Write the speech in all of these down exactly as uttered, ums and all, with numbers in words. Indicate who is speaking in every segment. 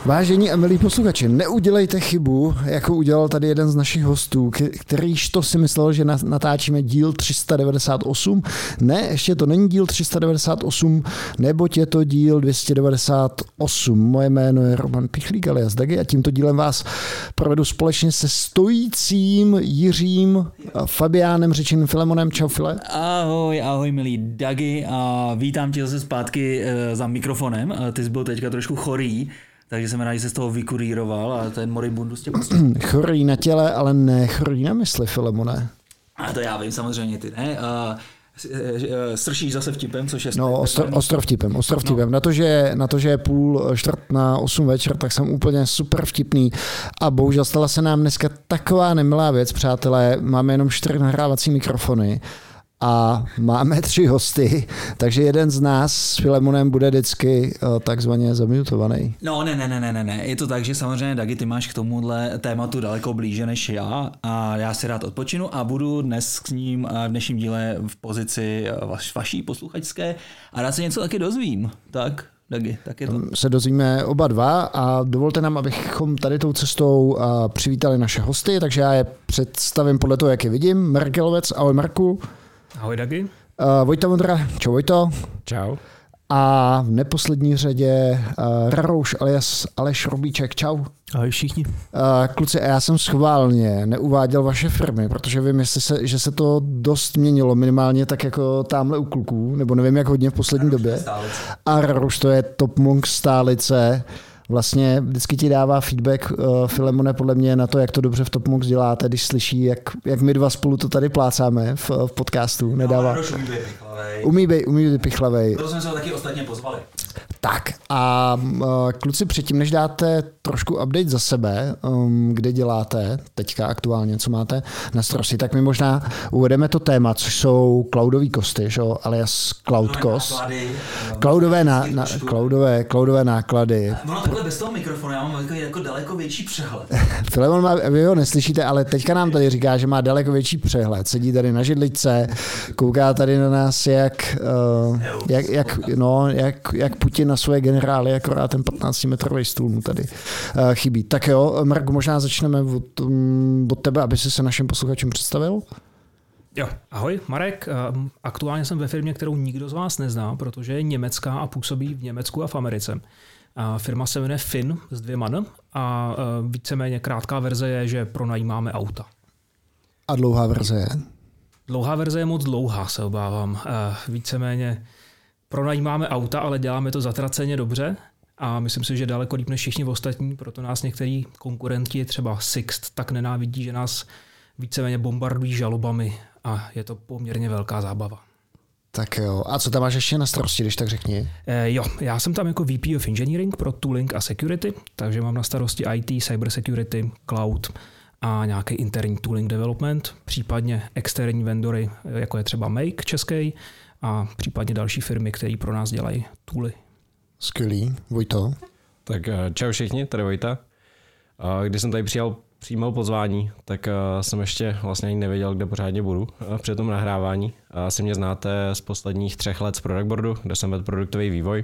Speaker 1: Vážení a milí posluchači, neudělejte chybu, jako udělal tady jeden z našich hostů, kterýž to si myslel, že natáčíme díl tři sta devadesát osm. Ne, ještě to není díl tři sta devadesát osm, neboť je to díl dvě stě devadesát osm. Moje jméno je Roman Pichlík alias Dagi a tímto dílem vás provedu společně se stojícím Jiřím Fabiánem řečeným Filemonem. Čau, File.
Speaker 2: Ahoj, ahoj milý Dagi a vítám tě zase zpátky za mikrofonem. Ty jsi byl teďka trošku chorý, takže jsem rád, že se z toho vykurýroval a ten moribundus tě prostě...
Speaker 1: Chorý na těle, ale ne chorý na mysli, Filemone.
Speaker 2: A to já vím, samozřejmě ty, ne? A stršíš zase vtipem, což je...
Speaker 1: No, ostro, ostrovtipem, ostrovtipem. No. Na, to, že, na to, že je půl čtvrt na osm večer, tak jsem úplně super vtipný. A bohužel stala se nám dneska taková nemilá věc, přátelé. Máme jenom čtyři nahrávací mikrofony a máme tři hosty, takže jeden z nás s Filemonem bude vždycky takzvaně zamutovaný.
Speaker 2: No ne, ne, ne, ne, ne, je to tak, že samozřejmě Dagi, ty máš k tomuhle tématu daleko blíže než já a já si rád odpočinu a budu dnes s ním v dnešním díle v pozici vaš, vaší posluchačské a rád se něco taky dozvím, tak? Dagi, tak je to.
Speaker 1: Se dozvíme oba dva a dovolte nám, abychom tady tou cestou přivítali naše hosty, takže já je představím podle toho, jak je vidím. Marek Jelovec, ahoj Marku.
Speaker 3: Ahoj Dagi.
Speaker 1: Uh, Vojta Vondra, čau Vojto.
Speaker 3: Čau.
Speaker 1: A v neposlední řadě uh, Rarouš alias Aleš Robíček, čau.
Speaker 3: Ahoj všichni.
Speaker 1: Uh, kluci, já jsem schválně neuváděl vaše firmy, protože vím, jestli se, že se to dost měnilo, minimálně tak jako tamhle u kluků, nebo nevím jak hodně v poslední
Speaker 2: Rarouš
Speaker 1: době. A Rarouš to je Top Monk stálice. Vlastně vždycky ti dává feedback uh, Filemone podle mě na to, jak to dobře v Top Monks děláte, když slyší, jak, jak my dva spolu to tady plácáme v, v podcastu. Nedává.
Speaker 2: No, umí být pichlavej.
Speaker 1: Umí být, umí být pichlavej.
Speaker 2: Proto jsme se ho taky ostatně pozvali.
Speaker 1: Tak a uh, kluci, předtím, než dáte trošku update za sebe, um, kde děláte teďka aktuálně, co máte na starosti, tak my možná uvedeme to téma, což jsou cloudové kosty, že? Alias cloud cost. Cloudové, ná, na, cloudové, cloudové náklady.
Speaker 2: Ono takhle bez toho mikrofonu, já mám jako, jako daleko větší přehled.
Speaker 1: Filemon má, vy ho neslyšíte, ale teďka nám tady říká, že má daleko větší přehled. Sedí tady na židličce, kouká tady na nás, jak, uh, jak, jak, no, jak, jak Putin na svoje generály, akorát ten patnáctimetrový stůl mu tady uh, chybí. Tak jo, Marku, možná začneme od, um, od tebe, aby si se našim posluchačům představil.
Speaker 3: Jo, ahoj, Marek. Aktuálně jsem ve firmě, kterou nikdo z vás nezná, protože je německá a působí v Německu a v Americe. A firma se jmenuje Fin s dvěma N a víceméně krátká verze je, že pronajímáme auta.
Speaker 1: A dlouhá verze je?
Speaker 3: Dlouhá verze je moc dlouhá, se obávám. Víceméně pronajímáme auta, ale děláme to zatraceně dobře a myslím si, že daleko líp než všichni ostatní, proto nás některý konkurenti, třeba Sixt, tak nenávidí, že nás víceméně bombardují žalobami a je to poměrně velká zábava.
Speaker 1: Tak jo. A co tam máš ještě na starosti, když tak řekni?
Speaker 3: E, jo, já jsem tam jako V P of Engineering pro tooling a security, takže mám na starosti I T, cyber security, cloud a nějaký interní tooling development, případně externí vendory, jako je třeba Make český, a případně další firmy, které pro nás dělají tooly.
Speaker 1: Skvělý. Vojto?
Speaker 4: Tak čau všichni, tady Vojta. Když jsem tady přijal, přijímal pozvání, tak jsem ještě vlastně ani nevěděl, kde pořádně budu při tom nahrávání. Asi mě znáte z posledních třech let z Productboardu, kde jsem vedl produktový vývoj.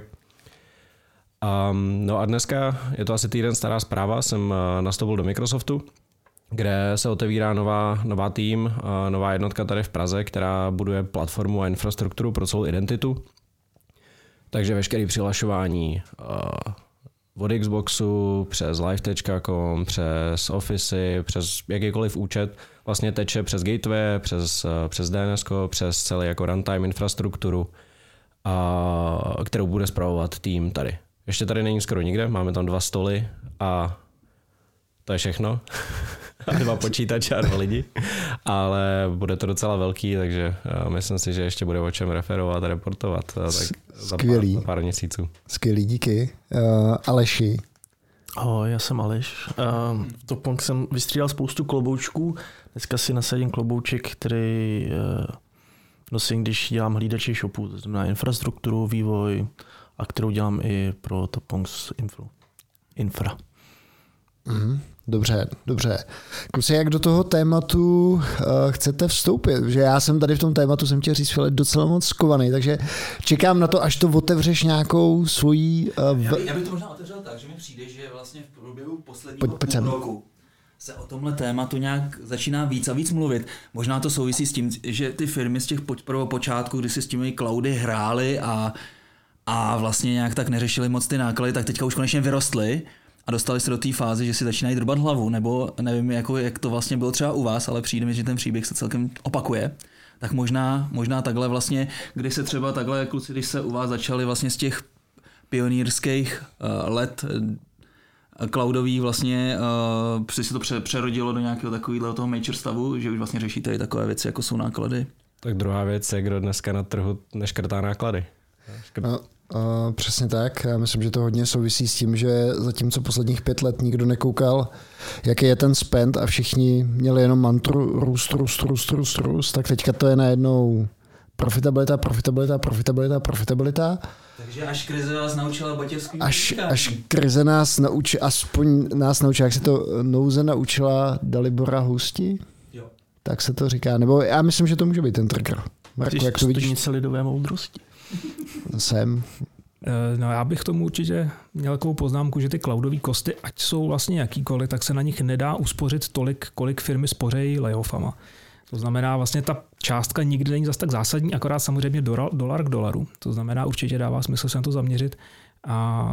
Speaker 4: No a dneska, je to asi týden stará zpráva, jsem nastoupil do Microsoftu, kde se otevírá nová, nová tým, nová jednotka tady v Praze, která buduje platformu a infrastrukturu pro celou identitu. Takže veškeré přihlašování od Xboxu, přes live tečka com, přes Office, přes jakýkoliv účet, vlastně teče přes gateway, přes, přes D N S ko, přes celý jako runtime infrastrukturu, a, kterou bude spravovat tým tady. Ještě tady není skoro nikde, máme tam dva stoly a to je všechno. A dva počítače a dva lidi, ale bude to docela velký, takže myslím si, že ještě bude o čem referovat a reportovat. Tak
Speaker 1: Skvělý.
Speaker 4: Za pár, pár měsíců.
Speaker 1: Skvělý, díky. Uh, Aleši.
Speaker 5: Ahoj, já jsem Aleš. Uh, v Top Monk jsem vystřídal spoustu kloboučků. Dneska si nasadím klobouček, který uh, nosím, když dělám hlídače shopů, to znamená infrastrukturu, vývoj, a kterou dělám i pro Top Monks Infra.
Speaker 1: Mm, dobře, dobře. Kluci, jak do toho tématu uh, chcete vstoupit? Že já jsem tady v tom tématu, jsem chtěl říct, docela moc skovaný, takže čekám na to, až to otevřeš nějakou svojí... Uh, v...
Speaker 2: já, by, já bych to možná otevřel tak, že mi přijde, že vlastně v průběhu posledního půl roku se o tomhle tématu nějak začíná víc a víc mluvit. Možná to souvisí s tím, že ty firmy z těch prvopočátků, kdy si s těmi cloudy hrály a, a vlastně nějak tak neřešili moc ty náklady, tak teďka už konečně vyrostly a dostali se do té fázy, že si začínají drbat hlavu, nebo nevím, jako, jak to vlastně bylo třeba u vás, ale přijde mi, že ten příběh se celkem opakuje. Tak možná, možná takhle vlastně, kdy se třeba takhle, kluci, když se u vás začali vlastně z těch pionýrských uh, let cloudový vlastně, uh, se to pře- přerodilo do nějakého takového toho major stavu, že už vlastně řešíte i takové věci, jako jsou náklady.
Speaker 4: Tak druhá věc je, kdo dneska na trhu neškrtá náklady. Škrt...
Speaker 1: No, uh, přesně tak. Já myslím, že to hodně souvisí s tím, že zatímco posledních pět let nikdo nekoukal, jaký je ten spend a všichni měli jenom mantru růst, růst, růst, růst, růst, tak teďka to je najednou profitabilita, profitabilita, profitabilita, profitabilita.
Speaker 2: Takže až krize vás naučila batěvským
Speaker 1: až, až krize nás naučila, aspoň nás naučila, jak se to nouze naučila Dalibora Housti,
Speaker 2: jo.
Speaker 1: Tak se to říká. Nebo já myslím, že to může být ten trigger. Marku, jak to vidíš?
Speaker 5: Studnice lidové moudrosti.
Speaker 1: Jsem.
Speaker 3: No já bych tomu určitě měl takovou poznámku, že ty cloudové kosty, ať jsou vlastně jakýkoliv, tak se na nich nedá uspořit tolik, kolik firmy spořejí layoffama. To znamená, vlastně ta částka nikdy není zas tak zásadní, akorát samozřejmě dolar k dolaru. To znamená, určitě dává smysl se na to zaměřit. A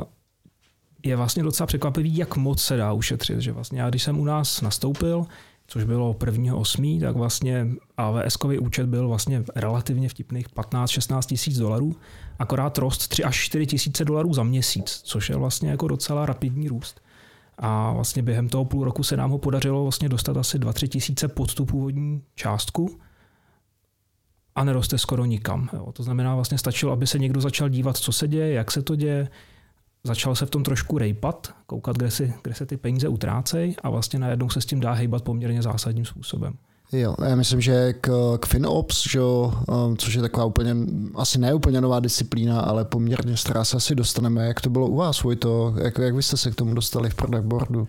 Speaker 3: je vlastně docela překvapivý, jak moc se dá ušetřit. Že vlastně já, když jsem u nás nastoupil, což bylo prvního osmého tak vlastně A W S-kový účet byl vlastně relativně vtipných patnáct šestnáct tisíc dolarů, akorát rost tři až čtyři tisíce dolarů za měsíc, což je vlastně jako docela rapidní růst. A vlastně během toho půl roku se nám ho podařilo vlastně dostat asi dva tři tisíce pod tu původní částku a neroste skoro nikam. Jo. To znamená, vlastně stačilo, aby se někdo začal dívat, co se děje, jak se to děje, začal se v tom trošku rejpat, koukat, kde, si, kde se ty peníze utrácejí a vlastně najednou se s tím dá hejbat poměrně zásadním způsobem.
Speaker 1: Jo, já myslím, že k, k FinOps, že, což je taková úplně, asi ne úplně nová disciplína, ale poměrně stará se asi dostaneme. Jak to bylo u vás, Vojto? Jak, jak vy jste se k tomu dostali v product boardu?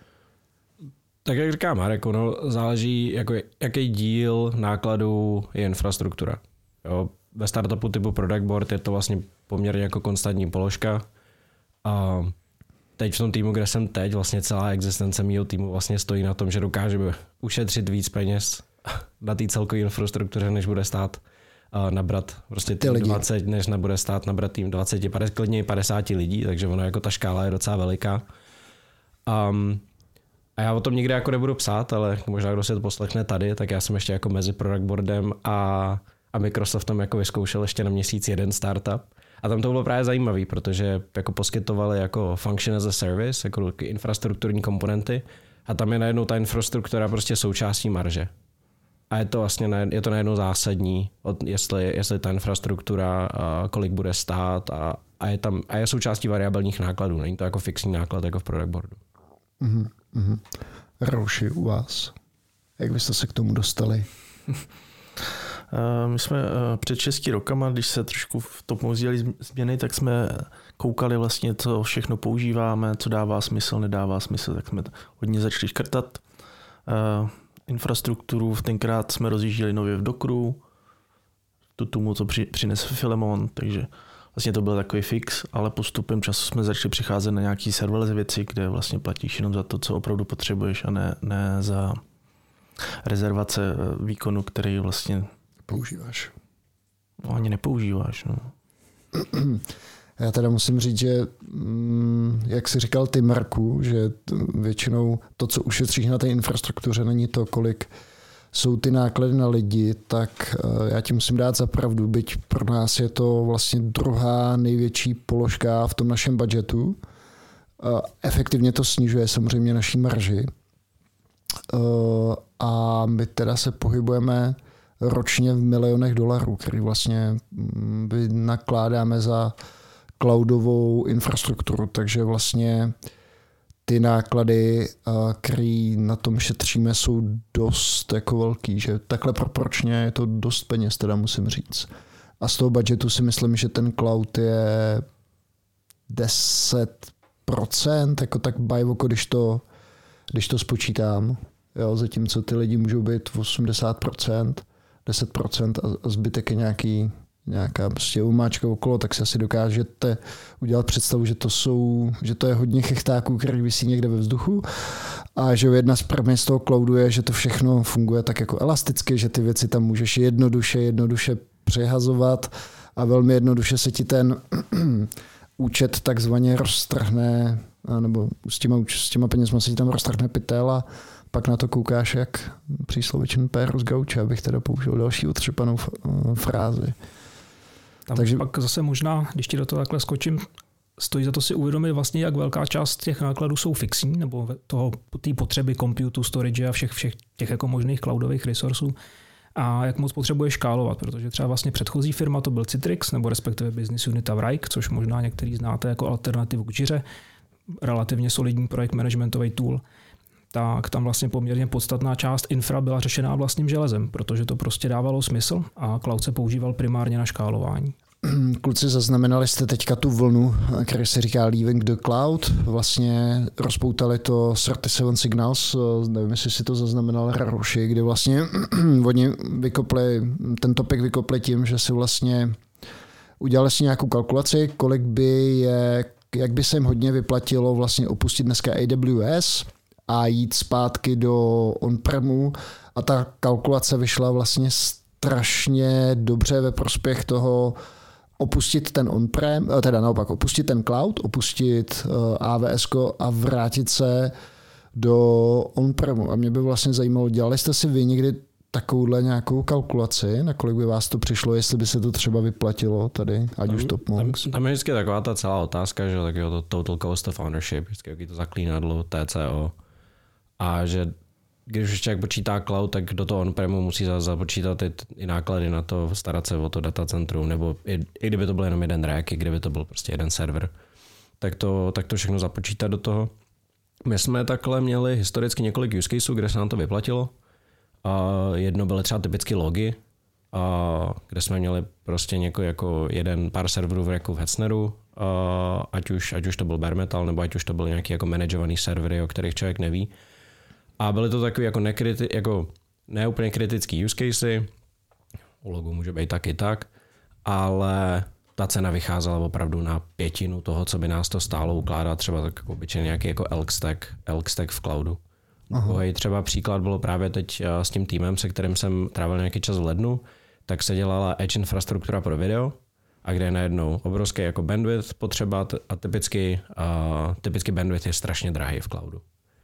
Speaker 4: Tak jak říká Marek, ono záleží, jako jaký díl nákladů je infrastruktura. Jo, ve startupu typu product board je to vlastně poměrně jako konstantní položka. A teď v tom týmu, kde jsem teď, vlastně celá existence mýho týmu vlastně stojí na tom, že dokážeme ušetřit víc peněz na té celkové infrastruktuře, než bude stát uh, nabrat prostě tým dvacet, než nebude stát nabrat tým dvacet, padesát, klidně padesát lidí, takže ono jako ta škála je docela veliká. Um, a já o tom nikdy jako nebudu psát, ale možná kdo si to poslechne tady, tak já jsem ještě jako mezi product boardem a, a Microsoftem jako vyzkoušel ještě na měsíc jeden startup. A tam to bylo právě zajímavý, protože jako poskytovali jako function as a service, jako infrastrukturní komponenty a tam je najednou ta infrastruktura prostě součástí marže. A je to vlastně je to najednou zásadní, jestli, jestli ta infrastruktura, kolik bude stát a, a, je tam, a je součástí variabilních nákladů, není to jako fixní náklad jako v product boardu.
Speaker 1: Mm-hmm, mm-hmm. Rouši, u vás. Jak byste se k tomu dostali?
Speaker 5: My jsme před šesti rokama, když se trošku v tomu dělali změny, tak jsme koukali vlastně, co všechno používáme, co dává smysl, nedává smysl, tak jsme hodně začali škrtat. Infrastrukturu tenkrát jsme rozjížděli nově v Dockeru, tu tomu, co přinesl Filemon, takže vlastně to byl takový fix, ale postupem času jsme začali přicházet na nějaký serverless věci, kde vlastně platíš jenom za to, co opravdu potřebuješ a ne, ne za rezervace výkonu, který vlastně
Speaker 1: používáš.
Speaker 5: No, ani nepoužíváš. No.
Speaker 1: Já teda musím říct, že jak jsi říkal ty, Marku, že většinou to, co ušetříš na té infrastruktuře, není to, kolik jsou ty náklady na lidi, tak já ti musím dát za pravdu, byť pro nás je to vlastně druhá největší položka v tom našem budžetu. Efektivně to snižuje samozřejmě naší marži. A my teda se pohybujeme ročně v milionech dolarů, který vlastně nakládáme za cloudovou infrastrukturu, takže vlastně ty náklady, které na tom šetříme, jsou dost jako velký, že takhle proporčně je to dost peněz, teda musím říct. A z toho budžetu si myslím, že ten cloud je deset procent, jako tak by oko, když to když to spočítám, jo, zatímco ty lidi můžou být osmdesát procent, deset procent a zbytek je nějaký, nějaká prostě umáčka okolo, tak si asi dokážete udělat představu, že to jsou, že to je hodně chechtáků, který visí někde ve vzduchu a že jedna z premis toho cloudu je, že to všechno funguje tak jako elasticky, že ty věci tam můžeš jednoduše, jednoduše přehazovat a velmi jednoduše se ti ten účet takzvaně roztrhne, nebo s těma, s těma penězma se ti tam roztrhne pytel a pak na to koukáš jak příslovičný péro z gauče, abych teda použil další otřepanou frázi.
Speaker 3: Tam Takže pak zase možná, když ti do toho takhle skočím, stojí za to si uvědomit vlastně, jak velká část těch nákladů jsou fixní, nebo toho, té potřeby computu, storage a všech, všech těch jako možných cloudových resursů a jak moc potřebuješ škálovat, protože třeba vlastně předchozí firma to byl Citrix, nebo respektive Business Unit Avrik, což možná některý znáte jako alternativu k Jiře, relativně solidní projekt managementový tool, tak tam vlastně poměrně podstatná část infra byla řešená vlastním železem, protože to prostě dávalo smysl a cloud se používal primárně na škálování.
Speaker 1: Kluci, zaznamenali jste teďka tu vlnu, která se říká Leaving the Cloud. Vlastně rozpoutali to třicet sedm Signals, nevím, jestli si to zaznamenal Raroši, kdy vlastně oni vykopli, ten topik vykopli tím, že si vlastně udělali si nějakou kalkulaci, kolik by je, jak by se jim hodně vyplatilo vlastně opustit dneska A W S a jít zpátky do on-premu a ta kalkulace vyšla vlastně strašně dobře ve prospěch toho opustit ten on-prem, teda naopak opustit ten cloud, opustit A W S a vrátit se do on-premu. A mě by vlastně zajímalo, dělali jste si vy někdy takovouhle nějakou kalkulaci, na kolik by vás to přišlo, jestli by se to třeba vyplatilo tady, ať
Speaker 4: tam,
Speaker 1: už Top Monks?
Speaker 4: Tam, tam je vždycky taková ta celá otázka, že takového to total cost of ownership, vždycky to zaklínadlo T C O a že když ještě jak počítá cloud, tak do toho on-premu musí započítat i, i náklady na to, starat se o to datacentrum, nebo i, i kdyby to byl jenom jeden rack, i kdyby to byl prostě jeden server, tak to, tak to všechno započítat do toho. My jsme takhle měli historicky několik use caseů, kde se nám to vyplatilo. A jedno byly třeba typicky logy, a kde jsme měli prostě něko, jako jeden pár serverů v racku v Hetzneru, a ať, už, ať už to byl bare metal, nebo ať už to byly nějaký jako manažovaný servery, o kterých člověk neví. A byly to takové jako, nekriti, jako neúplně kritický use casey, u logu může být taky tak, ale ta cena vycházela opravdu na pětinu toho, co by nás to stálo ukládat třeba tak jako obyčejně nějaký jako elk stack, elk stack v cloudu. Druhý třeba příklad bylo právě teď s tím týmem, se kterým jsem trávil nějaký čas v lednu, tak se dělala edge infrastruktura pro video a kde je najednou obrovský jako bandwidth potřeba a typicky, a typicky bandwidth je strašně drahý v cloudu.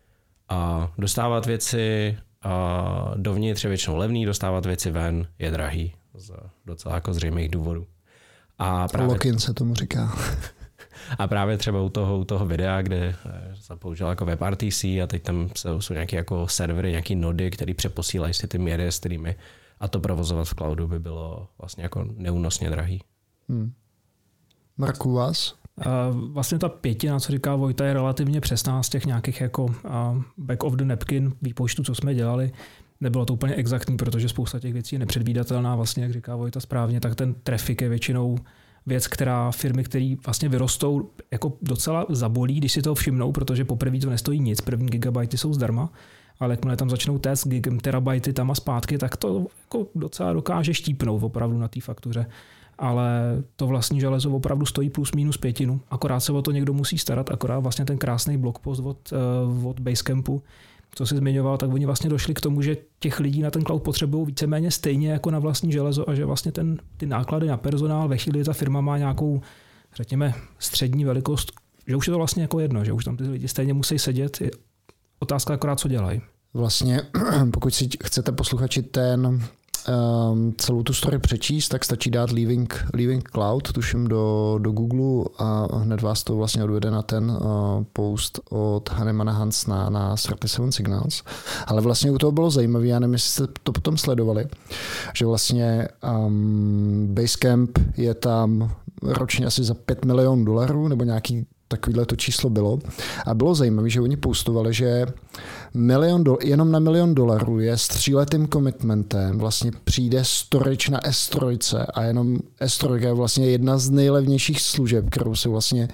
Speaker 4: A dostávat věci a dovnitř je většinou levný, dostávat věci ven je drahý z docela jako zřejmých důvodů. A právě,
Speaker 1: lock-in se tomu říká.
Speaker 4: A právě třeba u toho, u toho videa, kde se použil jako WebRTC a teď tam jsou nějaké jako servery, nějaké nody, které přeposílají si ty měry, s kterými a to provozovat v cloudu by bylo vlastně jako neúnosně drahý.
Speaker 1: Hmm. Marku, vás?
Speaker 3: Vlastně ta pětina, co říká Vojta, je relativně přesná z těch nějakých jako back of the napkin výpočtů, co jsme dělali. Nebylo to úplně exaktní, protože spousta těch věcí je nepředvídatelná, vlastně, jak říká Vojta správně, tak ten traffic je většinou věc, která firmy, které vlastně vyrostou, jako docela zabolí, když si toho všimnou, protože poprvé to nestojí nic, první gigabajty jsou zdarma, ale jakmile tam začnou test gig, terabajty tam a zpátky, tak to jako docela dokáže štípnout opravdu na té faktuře. Ale to vlastní železo opravdu stojí plus minus pětinu, akorát se o to někdo musí starat, akorát vlastně ten krásný blogpost od, od Basecampu, co jsi zmiňoval, tak oni vlastně došli k tomu, že těch lidí na ten cloud potřebují víceméně stejně jako na vlastní železo a že vlastně ten, ty náklady na personál ve chvíli, kdy ta firma má nějakou, řekněme, střední velikost, že už je to vlastně jako jedno, že už tam ty lidi stejně musí sedět. Je otázka akorát, co dělají.
Speaker 1: Vlastně, pokud si chcete posluchači ten Um, celou tu story přečíst, tak stačí dát Leaving, Leaving Cloud, tuším do, do Google a hned vás to vlastně odvede na ten uh, post od Hannemana Hans na, na třicet sedm Signals. Ale vlastně u toho bylo zajímavé, já nevím, jestli jste to potom sledovali, že vlastně um, Basecamp je tam ročně asi za pět milionů dolarů, nebo nějaký takovýhle to číslo bylo. A bylo zajímavé, že oni postovali, že milion do, jenom na milion dolarů je s tříletým commitmentem vlastně přijde storage na S tři a jenom S tři je vlastně jedna z nejlevnějších služeb, kterou si vlastně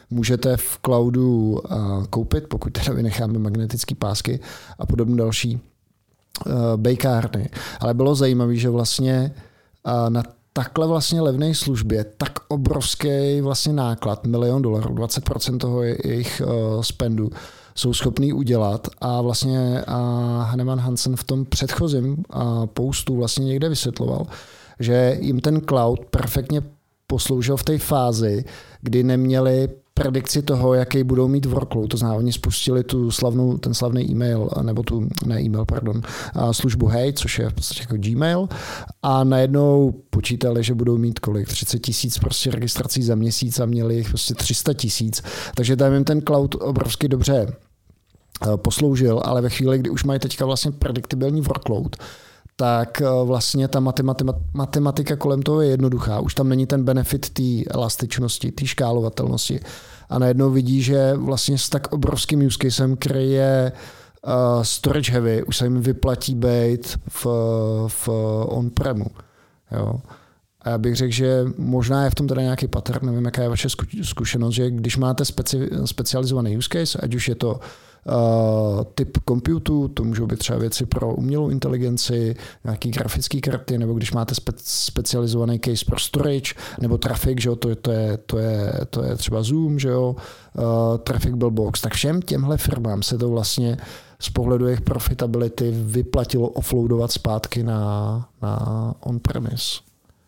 Speaker 1: můžete v cloudu koupit, pokud teda vynecháme magnetické pásky a podobně další bejkárny. Ale bylo zajímavé, že vlastně na takhle vlastně levné službě tak obrovský vlastně náklad, milion dolarů, dvacet procent toho jejich spendu, jsou schopný udělat a vlastně Hanneman Hansen v tom předchozím postu vlastně někde vysvětloval, že jim ten cloud perfektně posloužil v té fázi, kdy neměli predikci toho, jaký budou mít workload. To znamená, oni spustili tu slavnou, ten slavný e-mail, nebo tu, ne e-mail, pardon, službu Hey, což je v podstatě jako Gmail, a najednou počítali, že budou mít kolik? třicet tisíc prostě registrací za měsíc a měli jich prostě tři sta tisíc. Takže tam jim ten cloud obrovsky dobře posloužil, ale ve chvíli, kdy už mají teďka vlastně prediktibilní workload, tak vlastně ta matematika kolem toho je jednoduchá. Už tam není ten benefit té elastičnosti, té škálovatelnosti. A najednou vidí, že vlastně s tak obrovským use casem, který je uh, storage heavy, už se jim vyplatí být v, v on-premu. Jo. A já bych řekl, že možná je v tom teda nějaký pattern, nevím, jaká je vaše zkušenost, že když máte speci, specializovaný use case, ať už je to Uh, typ computu, to můžou být třeba věci pro umělou inteligenci, nějaký grafické karty, nebo když máte spe- specializovaný case pro storage, nebo traffic, že jo, to, to, je, to, je, to je třeba Zoom, že jo, uh, Traffic Billbox, tak všem těmhle firmám se to vlastně z pohledu jejich profitability vyplatilo offloadovat zpátky na, na on-premise.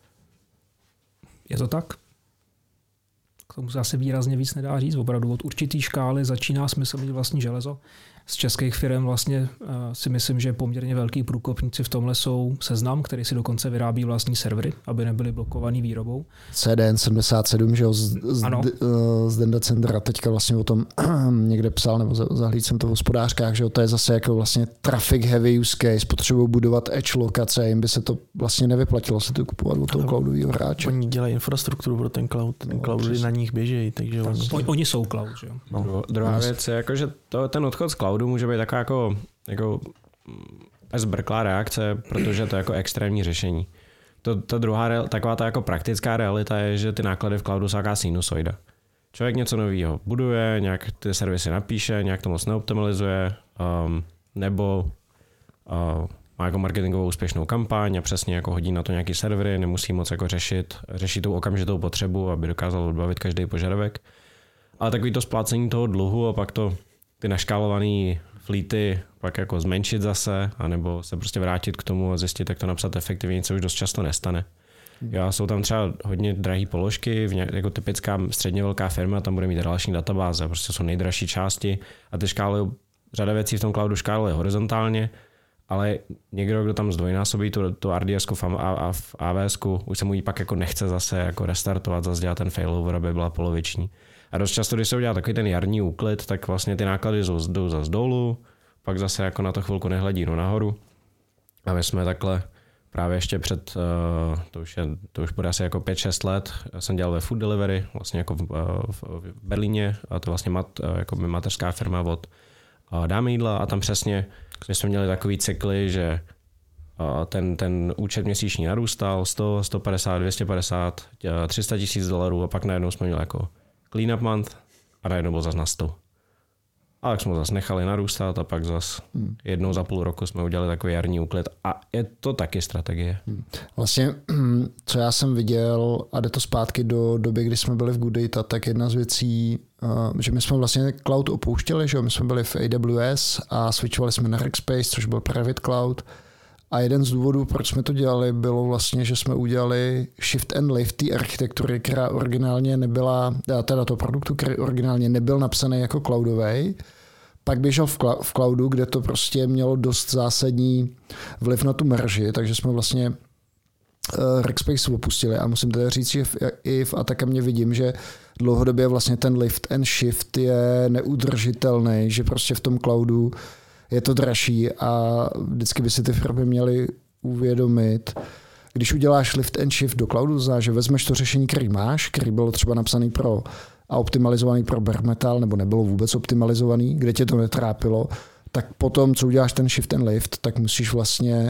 Speaker 3: Je to tak? K tomu se asi výrazně víc nedá říct. Opravdu od určitý škály začíná smysl mít vlastní železo. Z českých firm vlastně uh, si myslím, že poměrně velký průkopníci v tomhle jsou Seznam, který si dokonce vyrábí vlastní servery, aby nebyly blokovaný výrobou.
Speaker 1: C D N sedmdesát sedm, že jo, z, z, z Denda Cendera teďka vlastně o tom někde psal, nebo zahlíd jsem to v hospodářkách, že jo, to je zase jako vlastně traffic heavy use case, potřebují budovat edge lokace, jim by se to vlastně nevyplatilo si to kupovat od toho cloudového hráče.
Speaker 5: Oni dělají infrastrukturu pro ten cloud, ten
Speaker 1: no,
Speaker 5: cloud na nich běží, takže
Speaker 3: tak,
Speaker 5: oni...
Speaker 3: oni jsou cloud, že jo.
Speaker 4: No. Druhá věc je jako, že to, ten odchod z cloudu může být taková jako, jako zbrklá reakce, protože to je jako extrémní řešení. To, to druhá, taková ta jako praktická realita je, že ty náklady v cloudu jsou jaká sinusoida. Člověk něco nového buduje, nějak ty servisy napíše, nějak to moc neoptimalizuje, um, nebo uh, má jako marketingovou úspěšnou kampaň a přesně jako hodí na to nějaký servery, nemusí moc jako řešit, řešit tu okamžitou potřebu, aby dokázal odbavit každý požadavek. Ale takový to splácení toho dluhu a pak to ty naškálované flíty pak jako zmenšit zase, anebo se prostě vrátit k tomu a zjistit, jak to napsat efektivně, co už dost často nestane. Jo, jsou tam třeba hodně drahé položky, jako typická středně velká firma, tam bude mít relační databáze, prostě jsou nejdražší části a ty škály, řada věcí v tom cloudu škáluje horizontálně, ale někdo, kdo tam zdvojnásobí tu, tu R D S a, a v A W S už se mu ji pak jako nechce zase jako restartovat, zase dělat ten failover, aby byla poloviční. A dost často, když se udělá takový ten jarní úklid, tak vlastně ty náklady jdou zase dolů, pak zase jako na to chvilku nehledí no nahoru. A my jsme takhle právě ještě před, uh, to, už je, to už bude asi jako pět šest let, jsem dělal ve food delivery, vlastně jako v, v, v Berlíně, a to vlastně mat, jako mateřská firma od uh, Dámy jídla a tam přesně, my jsme měli takový cykly, že uh, ten, ten účet měsíční narůstal sto, sto padesát, dvě stě padesát, tři sta tisíc dolarů a pak najednou jsme měli jako clean up month a najednou byl zase na sto. A tak jsme zase nechali narůstat a pak zase hmm. jednou za půl roku jsme udělali takový jarní úklid a je to taky strategie. Hmm.
Speaker 1: Vlastně, co já jsem viděl, a jde to zpátky do doby, kdy jsme byli v Good Data, tak jedna z věcí, že my jsme vlastně cloud opouštěli, že my jsme byli v A W S a switchovali jsme na Rackspace, což byl private cloud. A jeden z důvodů, proč jsme to dělali, bylo vlastně, že jsme udělali shift and lift té architektury, která originálně nebyla, teda toho produktu, který originálně nebyl napsaný jako cloudový, pak běžel v, cl- v cloudu, kde to prostě mělo dost zásadní vliv na tu marži, takže jsme vlastně uh, Rackspace opustili a musím teda říct, že v, i v Atacamě vidím, že dlouhodobě vlastně ten lift and shift je neudržitelný, že prostě v tom cloudu je to dražší a vždycky by si ty firmy měly uvědomit, když uděláš lift and shift do cloudu, to znamená, že vezmeš to řešení, který máš, který bylo třeba napsaný pro a optimalizovaný pro bare metal, nebo nebylo vůbec optimalizovaný, kde tě to netrápilo, tak potom, co uděláš ten shift and lift, tak musíš vlastně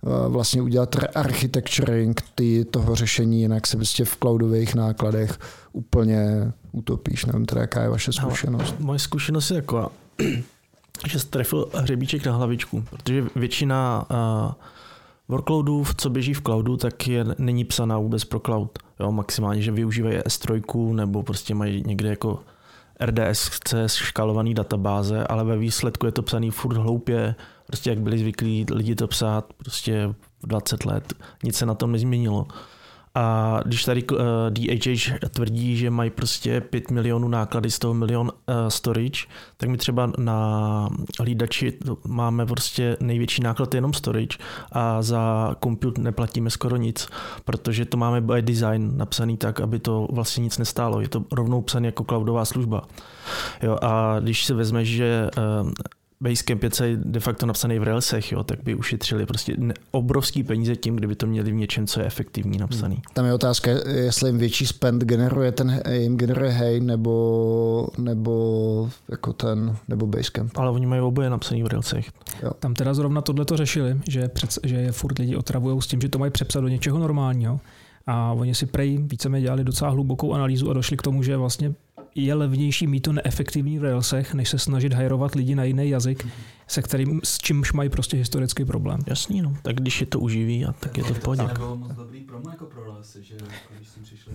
Speaker 1: vlastně udělat architecturing ty, toho řešení, jinak se prostě v cloudových nákladech úplně utopíš. Nevím teda, jaká je vaše zkušenost.
Speaker 5: No, moje zkušenost je taková, že jsi trefil hřebíček na hlavičku, protože většina uh, workloadů, co běží v cloudu, tak je, není psaná vůbec pro cloud. Jo, maximálně, že využívají S tři nebo prostě mají někde jako R D S C škálovaný databáze, ale ve výsledku je to psaný furt hloupě, prostě jak byli zvyklí lidi to psát prostě v dvacet let, nic se na tom nezměnilo. A když tady uh, D H H tvrdí, že mají prostě pět milionů náklady, z toho milion uh, storage, tak my třeba na hlídači máme prostě největší náklad jenom storage a za compute neplatíme skoro nic, protože to máme by design napsaný tak, aby to vlastně nic nestálo. Je to rovnou psaný jako cloudová služba. Jo, a když si vezmeš, že uh, Basecamp je celý de facto napsaný v Railsech, jo, tak by ušetřili prostě obrovský peníze tím, kdyby to měli v něčem, co je efektivní napsaný.
Speaker 1: Tam je otázka, jestli jim větší spend generuje ten, jim generuje Hay nebo, nebo jako ten, nebo Basecamp.
Speaker 5: Ale oni mají oboje napsaný v Railsech.
Speaker 1: Jo.
Speaker 3: Tam teda zrovna tohle to řešili, že, před, že je furt lidi otravujou s tím, že to mají přepsat do něčeho normálního. A oni si prej víceméně dělali docela hlubokou analýzu a došli k tomu, že vlastně je levnější mít to neefektivní v Railsech, než se snažit hajrovat lidi na jiný jazyk, se kterým, s čímž mají prostě historický problém.
Speaker 5: Jasný, no. Tak když je to uživí, a tak je to v pohodě.
Speaker 2: To nebylo moc dobrý promo jako pro Railsy, že když jsem přišli.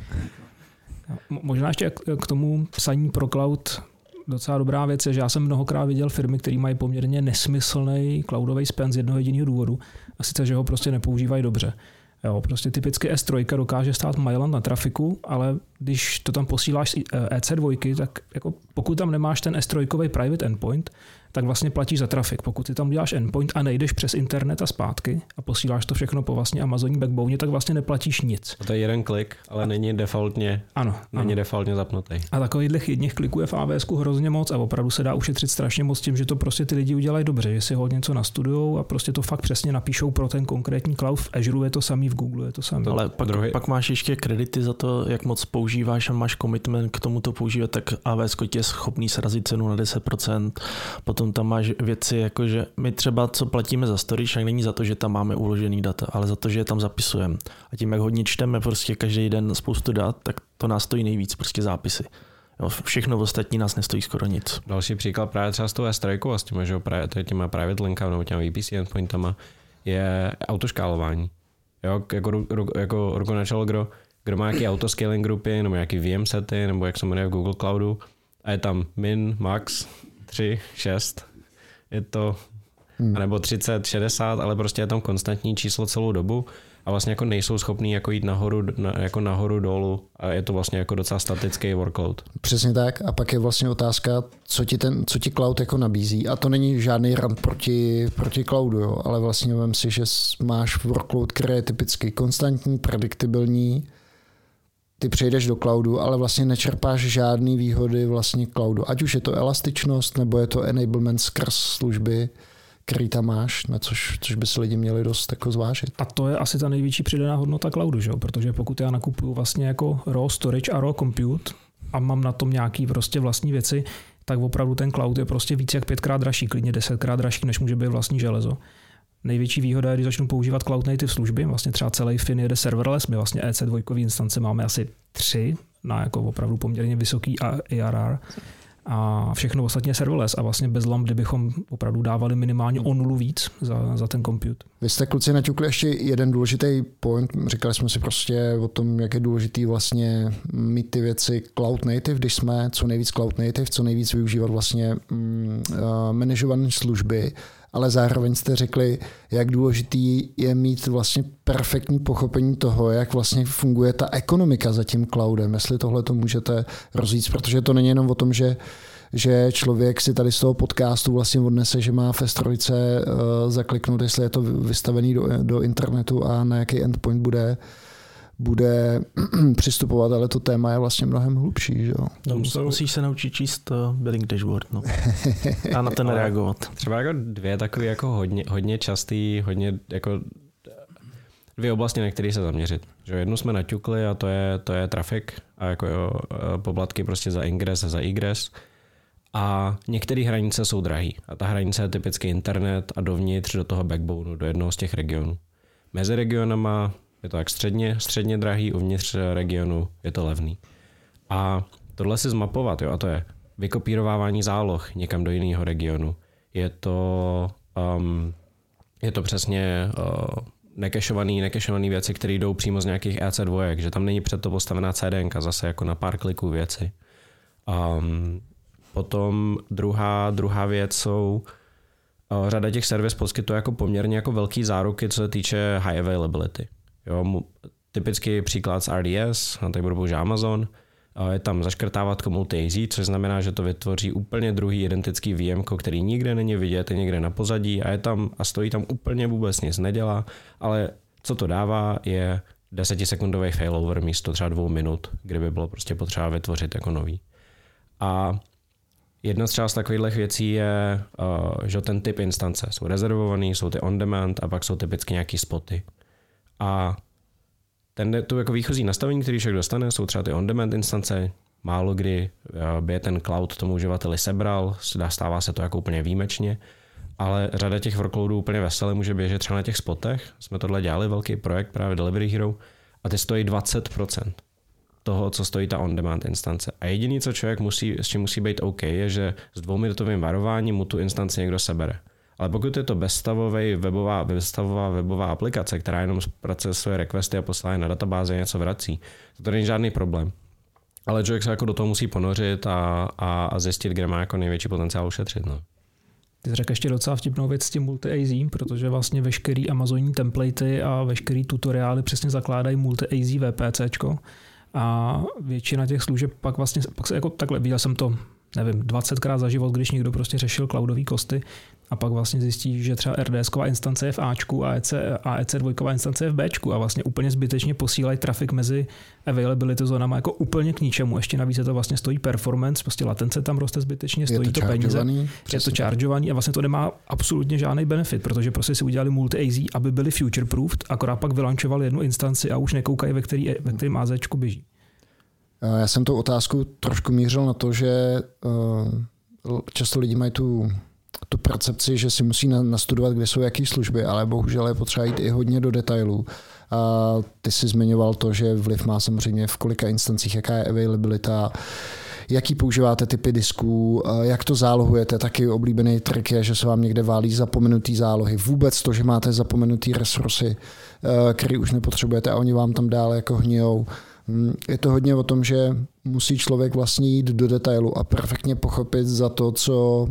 Speaker 3: Možná ještě k tomu psaní pro cloud docela dobrá věc je, že já jsem mnohokrát viděl firmy, které mají poměrně nesmyslný cloudový spend z jednoho jediného důvodu, a sice, že ho prostě nepoužívají dobře. Jo, prostě typicky S tři dokáže stát Mailand na trafiku, ale když to tam posíláš z E C dva, tak jako pokud tam nemáš ten S tři private endpoint, tak vlastně platíš za trafik. Pokud si tam uděláš endpoint a nejdeš přes internet a zpátky a posíláš to všechno po vlastně Amazonní backbone, tak vlastně neplatíš nic.
Speaker 4: To je jeden klik, ale není defaultně,
Speaker 3: ano,
Speaker 4: není
Speaker 3: ano.
Speaker 4: defaultně zapnutý.
Speaker 3: A takových jedních kliků je v A W S hrozně moc a opravdu se dá ušetřit strašně moc tím, že to prostě ty lidi udělají dobře, že si hodně něco nastudujou a prostě to fakt přesně napíšou pro ten konkrétní cloud. V Azure je to samý, v Google je to samý.
Speaker 5: Ale pak,
Speaker 4: druhý...
Speaker 5: pak máš ještě kredity za to, jak moc používáš a máš commitment k tomu to používat, tak A W S tě je schopný srazit cenu na deset procent. Potom tam máš věci, jako že my třeba co platíme za storage, tak není za to, že tam máme uložený data, ale za to, že je tam zapisujeme. A tím, jak hodně čteme prostě každý den spoustu dat, tak to nás stojí nejvíc, prostě zápisy. Jo, všechno ostatní nás nestojí skoro nic.
Speaker 4: Další příklad právě třeba s tou S tři a s těma, že právě těma private linkama nebo těma V P C endpointama je autoškálování. Jo, jako, jako ruku načalo, kdo, kdo má nějaký autoscaling grupy nebo nějaký V M sety, nebo jak se jmenuje v Google Cloudu a je tam min, max, tři, šest, je to, hmm. nebo třicet, šedesát, ale prostě je tam konstantní číslo celou dobu a vlastně jako nejsou schopní jako jít nahoru, na, jako nahoru dolů a je to vlastně jako docela statický workload.
Speaker 1: Přesně tak a pak je vlastně otázka, co ti, ten, co ti cloud jako nabízí a to není žádný rant proti, proti cloudu, jo, ale vlastně vem si, že máš workload, který je typicky konstantní, prediktibilní, ty přejdeš do cloudu, ale vlastně nečerpáš žádný výhody vlastně cloudu. Ať už je to elastičnost, nebo je to enablement skrz služby, který tam máš, na což, což by si lidi měli dost jako zvážit.
Speaker 3: A to je asi ta největší přidaná hodnota cloudu, že? Protože pokud já nakupuju vlastně jako raw storage a raw compute a mám na tom nějaký prostě vlastní věci, tak opravdu ten cloud je prostě víc jak pětkrát dražší, klidně desetkrát dražší, než může být vlastní železo. Největší výhoda je, když začnu používat cloud native služby, vlastně třeba celý Fin jede serverless, my vlastně E C dva instance máme asi tři na jako opravdu poměrně vysoký A R R a všechno ostatně serverless a vlastně bez lambdy bychom opravdu dávali minimálně o nulu víc za, za ten compute.
Speaker 1: Vy jste kluci naťukli ještě jeden důležitý point, říkali jsme si prostě o tom, jak je důležitý vlastně mít ty věci cloud native, když jsme co nejvíc cloud native, co nejvíc využívat vlastně mm, uh, manažované služby, ale zároveň jste řekli, jak důležitý je mít vlastně perfektní pochopení toho, jak vlastně funguje ta ekonomika za tím cloudem, jestli tohle to můžete rozvíct, protože to není jenom o tom, že že člověk si tady z toho podcastu vlastně odnese, že má v S tři uh, zakliknout, jestli je to vystavený do, do internetu a na jaký endpoint bude bude přistupovat, ale to téma je vlastně mnohem hlubší. Že?
Speaker 5: No, musíš se naučit číst uh, billing dashboard no. a na ten reagovat.
Speaker 4: Třeba jako dvě takové jako hodně, hodně častý, hodně jako dvě oblasti, na které se zaměřit. Že jednu jsme naťukli a to je, to je traffic a jako jo, poplatky prostě za ingress a za egress. A některé hranice jsou drahé. A ta hranice je typicky internet a dovnitř do toho backboneu, do jednoho z těch regionů. Mezi regionama je to tak středně, středně drahý, uvnitř regionu je to levný. A tohle si zmapovat, jo, a to je vykopírovávání záloh někam do jiného regionu. Je to, um, je to přesně uh, nekešovaný, nekešovaný věci, které jdou přímo z nějakých E C dva, že tam není před to postavená C D N ka, zase jako na pár kliků věci. Um, potom druhá, druhá věc jsou, uh, řada těch servis poskytuje jako poměrně jako velký záruky, co se týče high availability. Jo, typický příklad z R D S, a tady budu použít Amazon, je tam zaškrtávatko multi-A Z, což znamená, že to vytvoří úplně druhý identický V M, který nikde není vidět, je někde na pozadí a je tam a stojí tam úplně vůbec nic nedělá, ale co to dává je desetisekundový failover místo třeba dvou minut, kdyby bylo prostě potřeba vytvořit jako nový. A jedna z část takových věcí je, že ten typ instance jsou rezervovaný, jsou ty on demand a pak jsou typicky nějaký spoty. A ten, tu jako výchozí nastavení, který však dostane, jsou třeba ty on-demand instance. Málo kdy by je ten cloud tomu uživateli sebral, stává se to jako úplně výjimečně, ale řada těch workloadů úplně veselé může běžet třeba na těch spotech. Jsme tohle dělali, velký projekt právě Delivery Hero a ty stojí dvacet procent toho, co stojí ta on-demand instance. A jediný, co člověk musí, s čím musí být OK, je, že s dvouminutovým varováním mu tu instanci někdo sebere. Ale pokud je to bezstavový webová, bezstavová webová aplikace, která jenom procesuje requesty a posílá na databázi a něco vrací, to není žádný problém. Ale člověk se jako do toho musí ponořit a, a, a zjistit, kde má jako největší potenciál ušetřit. No.
Speaker 3: Ty jsi řekl ještě docela vtipnou věc s tím multi-A Z, protože vlastně veškerý amazonní templatey a veškerý tutoriály přesně zakládají multi-A Z VPCčko a většina těch služeb pak vlastně, pak se jako takhle, viděl jsem to, nevím, dvacetkrát za život, když někdo prostě řešil cloudové kosty a pak vlastně zjistí, že třeba RDSková instance je v Ačku a EC, a E C dva instance je v Bčku a vlastně úplně zbytečně posílají trafik mezi availability zónama jako úplně k ničemu. Ještě navíc se to vlastně stojí performance, prostě latence tam roste zbytečně, stojí
Speaker 1: je to,
Speaker 3: to peníze,
Speaker 1: přesně.
Speaker 3: je to chargeovaný a vlastně to nemá absolutně žádný benefit, protože prostě si udělali multi-A Z, aby byli future proofed, akorát pak vylančovali jednu instanci a už nekoukají, ve, který, ve kterým AZčku běží.
Speaker 1: Já jsem tou otázku trošku mířil na to, že uh, často lidi mají tu, tu percepci, že si musí nastudovat, kde jsou jaký služby, ale bohužel je potřeba jít i hodně do detailů. A ty jsi zmiňoval to, že vliv má samozřejmě v kolika instancích, jaká je availabilita, jaký používáte typy disků, jak to zálohujete, taky oblíbený trik je, že se vám někde válí zapomenutý zálohy. Vůbec to, že máte zapomenutý resursy, který už nepotřebujete a oni vám tam dále jako hnijou. Je to hodně o tom, že musí člověk vlastně jít do detailu a perfektně pochopit za to, co,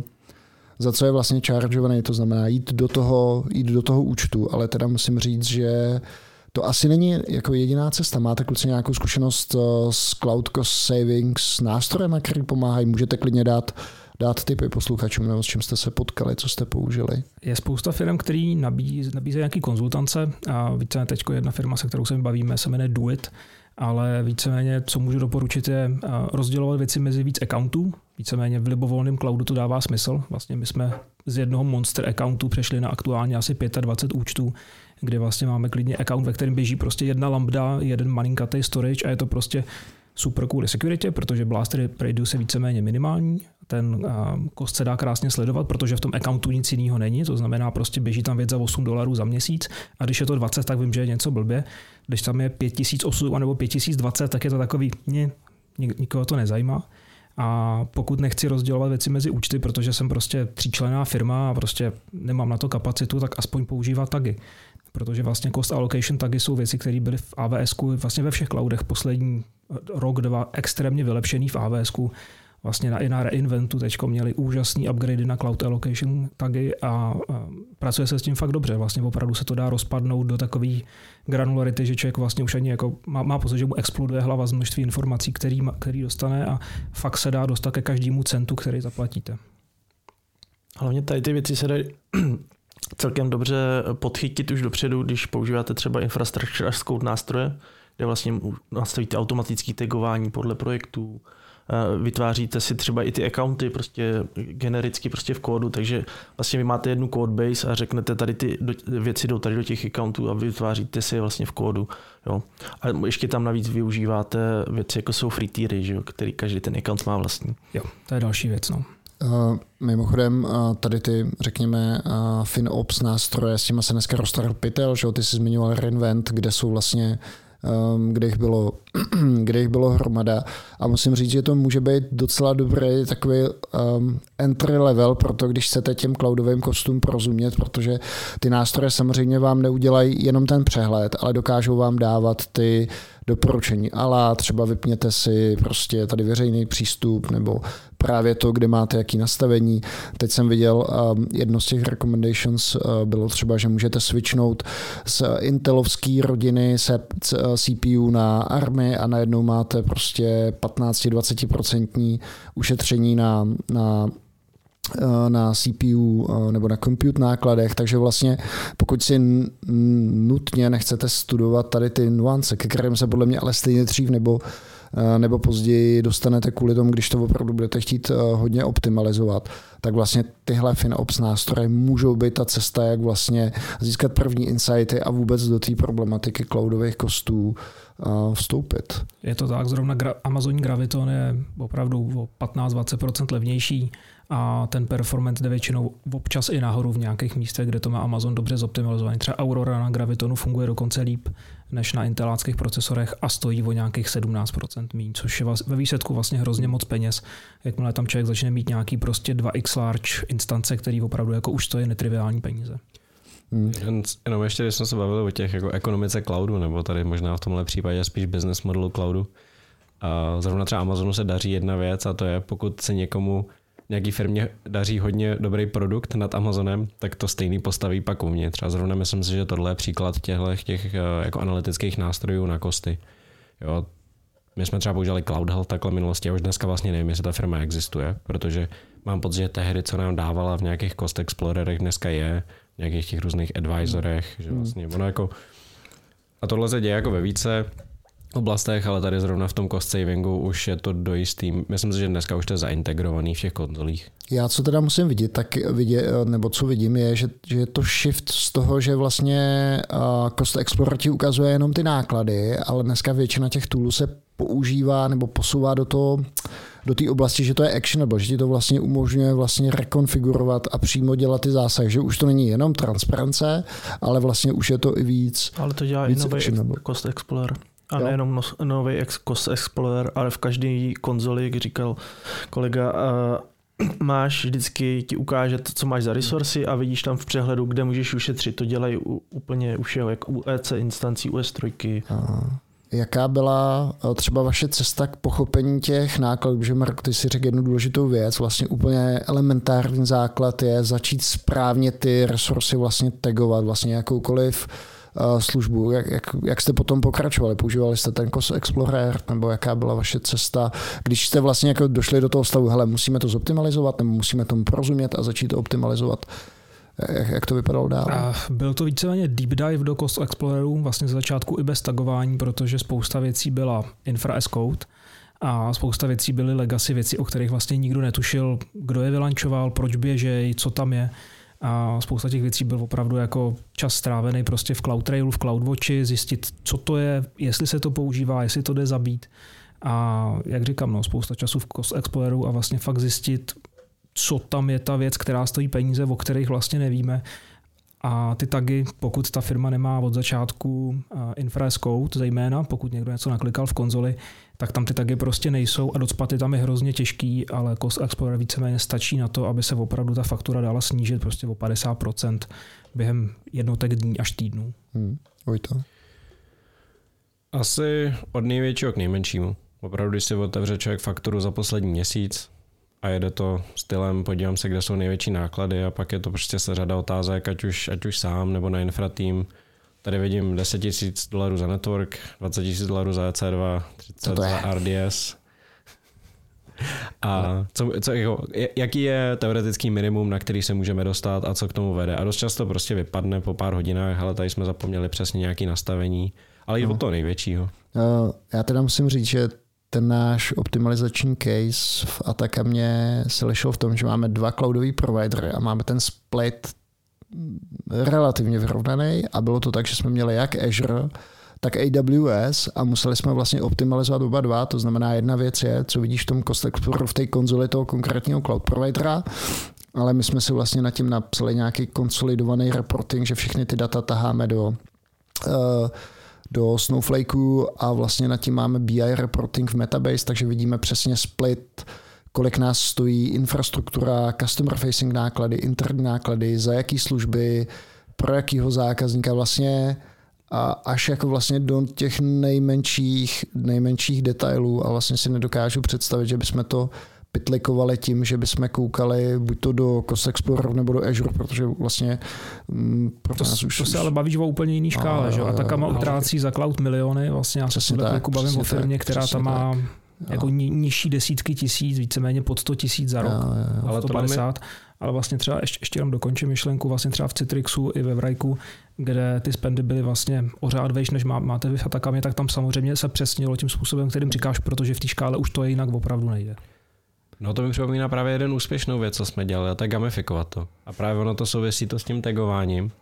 Speaker 1: za co je vlastně chargeovaný, to znamená jít do toho, jít do toho účtu, ale teda musím říct, že to asi není jako jediná cesta. Máte kluci nějakou zkušenost s Cloud Cost Savings nástrojem, který pomáhají? Můžete klidně dát dát tipy posluchačům, nebo s čím jste se potkali, co jste použili?
Speaker 3: Je spousta firm, který nabízí, nabízí nějaký konzultance a víceméně teď jedna firma, se kterou se bavíme, se jmenuje Do It, ale víceméně, co můžu doporučit, je rozdělovat věci mezi víc accountů. Víceméně v libovolném cloudu to dává smysl. Vlastně my jsme z jednoho monster accountu přešli na aktuálně asi dvacet pět účtů, kde vlastně máme klidně account, ve kterém běží prostě jedna lambda, jeden malinkatý storage a je to prostě super kvůli security, protože blaster radius je víceméně minimální. Ten kost se dá krásně sledovat, protože v tom accountu nic jiného není, to znamená prostě běží tam věc za osm dolarů za měsíc a když je to dvacet, tak vím, že je něco blbě. Když tam je pět tisíc osm nebo pět tisíc dvacet, tak je to takový, ne, nikoho to nezajímá. A pokud nechci rozdělovat věci mezi účty, protože jsem prostě tříčlenná firma a prostě nemám na to kapacitu, tak aspoň používat tagy. Protože vlastně cost allocation tagy jsou věci, které byly v AWSku vlastně ve všech cloudech poslední rok, dva extrémně vylepšený v AWSku. Vlastně na, i na reinventu teďko měli úžasný upgrady na cloud allocation tagy a, a pracuje se s tím fakt dobře. Vlastně opravdu se to dá rozpadnout do takové granularity, že člověk vlastně už ani jako má, má pocit, že mu exploduje hlava z množství informací, který, který dostane a fakt se dá dostat ke každému centu, který zaplatíte.
Speaker 5: Hlavně tady ty věci se dají celkem dobře podchytit už dopředu, když používáte třeba infrastructure as code nástroje, kde vlastně nastavíte automatické tagování podle projektů, vytváříte si třeba i ty accounty prostě genericky prostě v kódu, takže vlastně vy máte jednu codebase a řeknete tady ty věci jdou tady do těch accountů a vytváříte si je vlastně v kódu. Jo. A ještě tam navíc využíváte věci jako jsou free tiery, že jo, který každý ten account má vlastní.
Speaker 3: Jo, to je další věc. No.
Speaker 1: Uh, mimochodem, uh, tady ty, řekněme, uh, FinOps nástroje, s těma se dneska roztrhl pytel, že ty jsi zmiňoval Reinvent, kde jsou vlastně Um, kde jich bylo, kde jich bylo hromada a musím říct, že to může být docela dobrý takový um, entry level pro to, když chcete těm cloudovým kostům porozumět, protože ty nástroje samozřejmě vám neudělají jenom ten přehled, ale dokážou vám dávat ty doporučení. Ale třeba vypněte si prostě tady veřejný přístup nebo právě to, kde máte jaký nastavení. Teď jsem viděl um, jedno z těch recommendations uh, bylo třeba, že můžete switchnout z intelovské rodiny se C P U na ARMy a najednou máte prostě patnáct až dvacet procent ušetření na, na na C P U nebo na compute nákladech, takže vlastně pokud si nutně nechcete studovat tady ty nuance, ke kterým se podle mě ale stejně dřív nebo, nebo později dostanete kvůli tomu, když to opravdu budete chtít hodně optimalizovat, tak vlastně tyhle FinOps nástroje můžou být ta cesta, jak vlastně získat první insighty a vůbec do té problematiky cloudových kostů vstoupit.
Speaker 3: Je to tak, zrovna Amazon Graviton je opravdu o patnáct až dvacet procent levnější a ten performance jde většinou občas i nahoru v nějakých místech, kde to má Amazon dobře zoptimalizovaný. Třeba Aurora na Gravitonu funguje dokonce líp než na inteláckých procesorech a stojí o nějakých sedmnáct procent míň, což je ve výsledku vlastně hrozně moc peněz. Jakmile tam člověk začne mít nějaký prostě dva x large instance, který opravdu jako už stojí netriviální peníze.
Speaker 4: Hmm. Jen, jenom ještě, když jsme se bavili o těch jako ekonomice cloudu, nebo tady možná v tomhle případě spíš business modelu cloudu. A zrovna třeba Amazonu se daří jedna věc a to je, pokud se někomu nějaký firmě daří hodně dobrý produkt nad Amazonem, tak to stejný postaví pak uvnitř. Třeba zrovna myslím si, že tohle je příklad těchto těch jako analytických nástrojů na kosty. Jo. My jsme třeba používali Cloud Health takhle minulosti a už dneska vlastně nevím, jestli ta firma existuje, protože mám pocit, že tehdy, co nám dávala v nějakých Cost Explorerech, dneska je, v nějakých těch různých advisorech, že vlastně ono jako a tohle se děje jako ve více oblastech, ale tady zrovna v tom cost savingu už je to do jistý. Myslím si, že dneska už to je zaintegrovaný v těch konzolích.
Speaker 1: Já co teda musím vidět, tak vidět, nebo co vidím, je, že, že je to shift z toho, že vlastně Cost Explorer ti ukazuje jenom ty náklady, ale dneska většina těch toolů se používá nebo posouvá do toho, do té oblasti, že to je actionable, že ti to vlastně umožňuje vlastně rekonfigurovat a přímo dělat ty zásahy, že už to není jenom transparence, ale vlastně už je to i víc.
Speaker 5: Ale to dělá i nový Cost Explorer. A jo. Nejenom nový Cost Explorer, ale v každé konzoli, jak říkal kolega, uh, máš vždycky, ti ukáže to, co máš za resursy a vidíš tam v přehledu, kde můžeš ušetřit. To dělají u, úplně už je, jak u E C instancí, u S tři. Aha.
Speaker 1: Jaká byla třeba vaše cesta k pochopení těch nákladů? Že Mark, ty si řekl jednu důležitou věc, vlastně úplně elementární základ je začít správně ty resursy vlastně tagovat, vlastně jakoukoliv službu. Jak, jak, jak jste potom pokračovali? Používali jste ten Cost Explorer, nebo jaká byla vaše cesta, když jste vlastně jako došli do toho stavu, hele, musíme to zoptimalizovat, nebo musíme tomu porozumět a začít to optimalizovat? Jak, jak to vypadalo dál?
Speaker 3: Byl to víceméně deep dive do Cost Exploreru, vlastně z začátku i bez tagování, protože spousta věcí byla infra as code a spousta věcí byly legacy věci, o kterých vlastně nikdo netušil, kdo je vylančoval, proč běžej, co tam je. A spousta těch věcí byl opravdu jako čas strávený prostě v CloudTrailu, v CloudWatchi, zjistit, co to je, jestli se to používá, jestli to jde zabít. A jak říkám, no, spousta času v Cost Exploreru a vlastně fakt zjistit, co tam je ta věc, která stojí peníze, o kterých vlastně nevíme. A ty tagy, pokud ta firma nemá od začátku infra as code, zejména pokud někdo něco naklikal v konzoli, tak tam ty tagy prostě nejsou a docpat je tam je hrozně těžký, ale Cost Explorer víceméně stačí na to, aby se opravdu ta faktura dala snížit prostě o padesát procent během jednotek dní až týdnů.
Speaker 1: Hmm. Vojto.
Speaker 4: Asi od největšího k nejmenšímu. Opravdu, když si otevře člověk fakturu za poslední měsíc a jede to stylem, podívám se, kde jsou největší náklady a pak je to prostě se řada otázek, ať už, ať už sám nebo na infratým. Tady vidím deset tisíc dolarů za network, dvacet tisíc dolarů za E C dva, třicet za R D S. A co, co, jako, jaký je teoretický minimum, na který se můžeme dostat a co k tomu vede? A dost často prostě vypadne po pár hodinách, ale tady jsme zapomněli přesně nějaké nastavení, ale i no. od toho největšího.
Speaker 1: Já teda musím říct, že ten náš optimalizační case v Atacamě se lišil v tom, že máme dva cloudový providery a máme ten split relativně vyrovnaný a bylo to tak, že jsme měli jak Azure, tak A W S a museli jsme vlastně optimalizovat oba dva, to znamená jedna věc je, co vidíš v tom Cost Exploreru v té konzoli toho konkrétního cloud providera, ale my jsme si vlastně nad tím napsali nějaký konsolidovaný reporting, že všechny ty data taháme do, uh, do Snowflakeu a vlastně nad tím máme B I reporting v Metabase, takže vidíme přesně split, kolik nás stojí infrastruktura, customer facing náklady, interní náklady, za jaký služby, pro jakýho zákazníka vlastně a až jako vlastně do těch nejmenších, nejmenších detailů a vlastně si nedokážu představit, že bychom to pitlikovali tím, že bychom koukali buď to do Cost Explorer nebo do Azure, protože vlastně m, pro
Speaker 3: to,
Speaker 1: nás už...
Speaker 3: To se ale bavíš o úplně jiný škále, a, že? A Atacama utrácí za cloud miliony, vlastně já se jako bavím o firmě, tak, která tam má tak. jako ni, nižší desítky tisíc, víceméně pod sto tisíc za rok, jo, jo, ale sto padesát. Mi... Ale vlastně třeba ještě, ještě jenom dokončím myšlenku, vlastně třeba v Citrixu i ve Vrajku, kde ty spendy byly vlastně o řád vejš, než má, máte vy v Atacamě, tak tam samozřejmě se přesnilo tím způsobem, kterým říkáš, protože v té škále už to jinak opravdu nejde.
Speaker 4: No to mi připomíná právě jeden úspěšnou věc, co jsme dělali, a to je gamifikovat to. A právě ono to souvisí to s tím tagováním.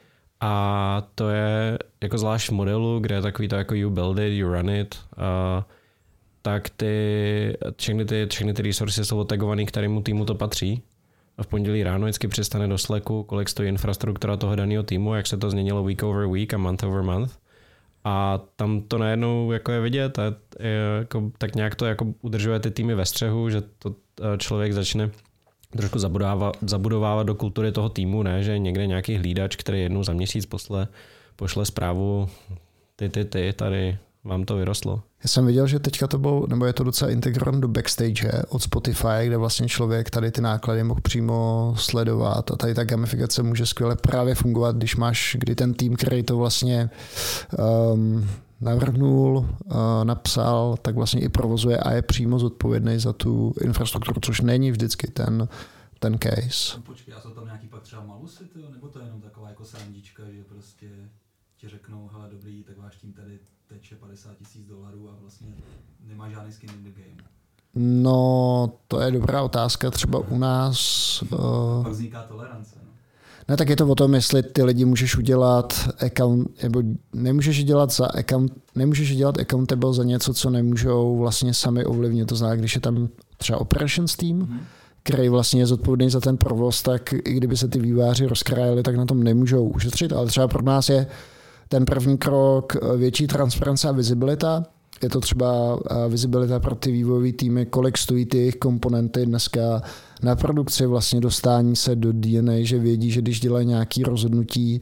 Speaker 4: A to je jako zvlášť v modelu, kde je takový to jako you build it, you run it, uh, tak ty, všechny ty, všechny ty resources jsou otagovaný, kterému týmu to patří. A v pondělí ráno vždycky přistane do Slacku, kolik stojí infrastruktura toho daného týmu, jak se to změnilo week over week a month over month. A tam to najednou jako je vidět a je, jako, tak nějak to jako udržuje ty týmy ve střehu, že to člověk začne trošku zabudovávat, zabudovávat do kultury toho týmu, ne, že někde nějaký hlídač, který jednou za měsíc posle, pošle zprávu ty, ty, ty, tady vám to vyrostlo.
Speaker 1: Já jsem viděl, že teďka to bylo, nebo je to docela integrované do Backstage od Spotify, kde vlastně člověk tady ty náklady mohl přímo sledovat a tady ta gamifikace může skvěle právě fungovat, když máš, kdy ten tým, který to vlastně um, navrhnul, uh, napsal, tak vlastně i provozuje a je přímo zodpovědný za tu infrastrukturu, což není vždycky ten, ten case.
Speaker 2: No počkej, a jsou tam nějaký pak třeba malusy, tyjo? Nebo to je jenom taková jako srandička, že prostě ti řeknou, hele dobrý, tak váš tým tady teče padesát tisíc dolarů a vlastně nemá žádný skin in the game?
Speaker 1: No, to je dobrá otázka. Třeba u nás...
Speaker 2: Uh... Pak vzniká tolerance, no.
Speaker 1: Ne, tak je to o tom, jestli ty lidi můžeš udělat account, nebo nemůžeš je dělat za account, nemůžeš je dělat accountable za něco, co nemůžou vlastně sami ovlivnit. To znamená, když je tam třeba operations team, mm-hmm. který vlastně je zodpovědný za ten provoz, tak i kdyby se ty vývojáři rozkrájeli, tak na tom nemůžou ušetřit, ale třeba pro nás je ten první krok větší transparence a vizibilita. Je to třeba vizibilita pro ty vývojové týmy, kolik stojí ty jejich komponenty dneska na produkci, vlastně dostání se do D N A, že vědí, že když dělají nějaké rozhodnutí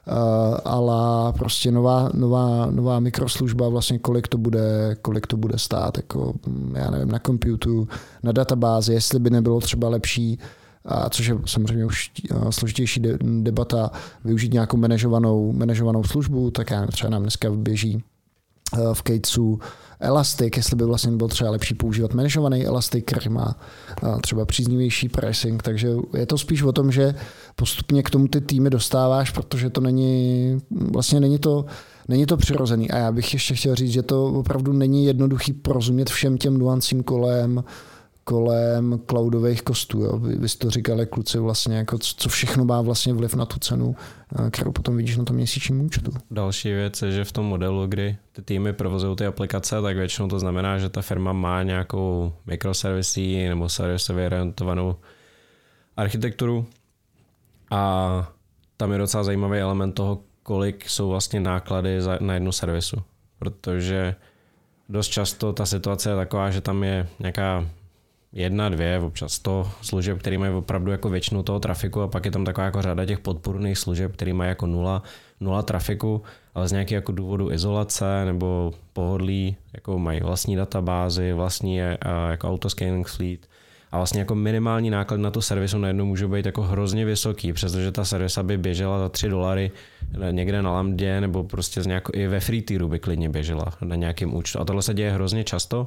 Speaker 1: ala prostě nová, nová, nová mikroslužba, vlastně kolik to bude, kolik to bude stát, jako já nevím, na computu, na databázi, jestli by nebylo třeba lepší, a což je samozřejmě už složitější debata, využít nějakou manažovanou, manažovanou službu, tak já třeba nám dneska běží v Cadesu Elastic, jestli by vlastně bylo třeba lepší používat manažovaný Elastic, který má třeba příznivější pricing, takže je to spíš o tom, že postupně k tomu ty týmy dostáváš, protože to není, vlastně není to, není to přirozený. A já bych ještě chtěl říct, že to opravdu není jednoduchý porozumět všem těm nuancím kolem kolem cloudových kostů. Jo. Vy, vy jste to říkali, kluci, vlastně, jako co všechno má vlastně vliv na tu cenu, kterou potom vidíš na tom měsíčním účtu.
Speaker 4: Další věc je, že v tom modelu, kdy ty týmy provozují ty aplikace, tak většinou to znamená, že ta firma má nějakou microservicí nebo servisově orientovanou architekturu a tam je docela zajímavý element toho, kolik jsou vlastně náklady za, na jednu servisu. Protože dost často ta situace je taková, že tam je nějaká jedna, dvě, občas sto služeb, které mají opravdu jako většinu toho trafiku a pak je tam taková jako řada těch podpůrných služeb, které mají jako nula, nula trafiku, ale z nějakého jako důvodu izolace nebo pohodlí, jako mají vlastní databázy, vlastní jako autoscaling fleet a vlastně jako minimální náklad na tu servisu najednou může být jako hrozně vysoký, přestože ta servisa by běžela za tři dolary někde na Lambdě nebo prostě z nějakou, i ve free tieru by klidně běžela na nějakém účtu. A tohle se děje hrozně často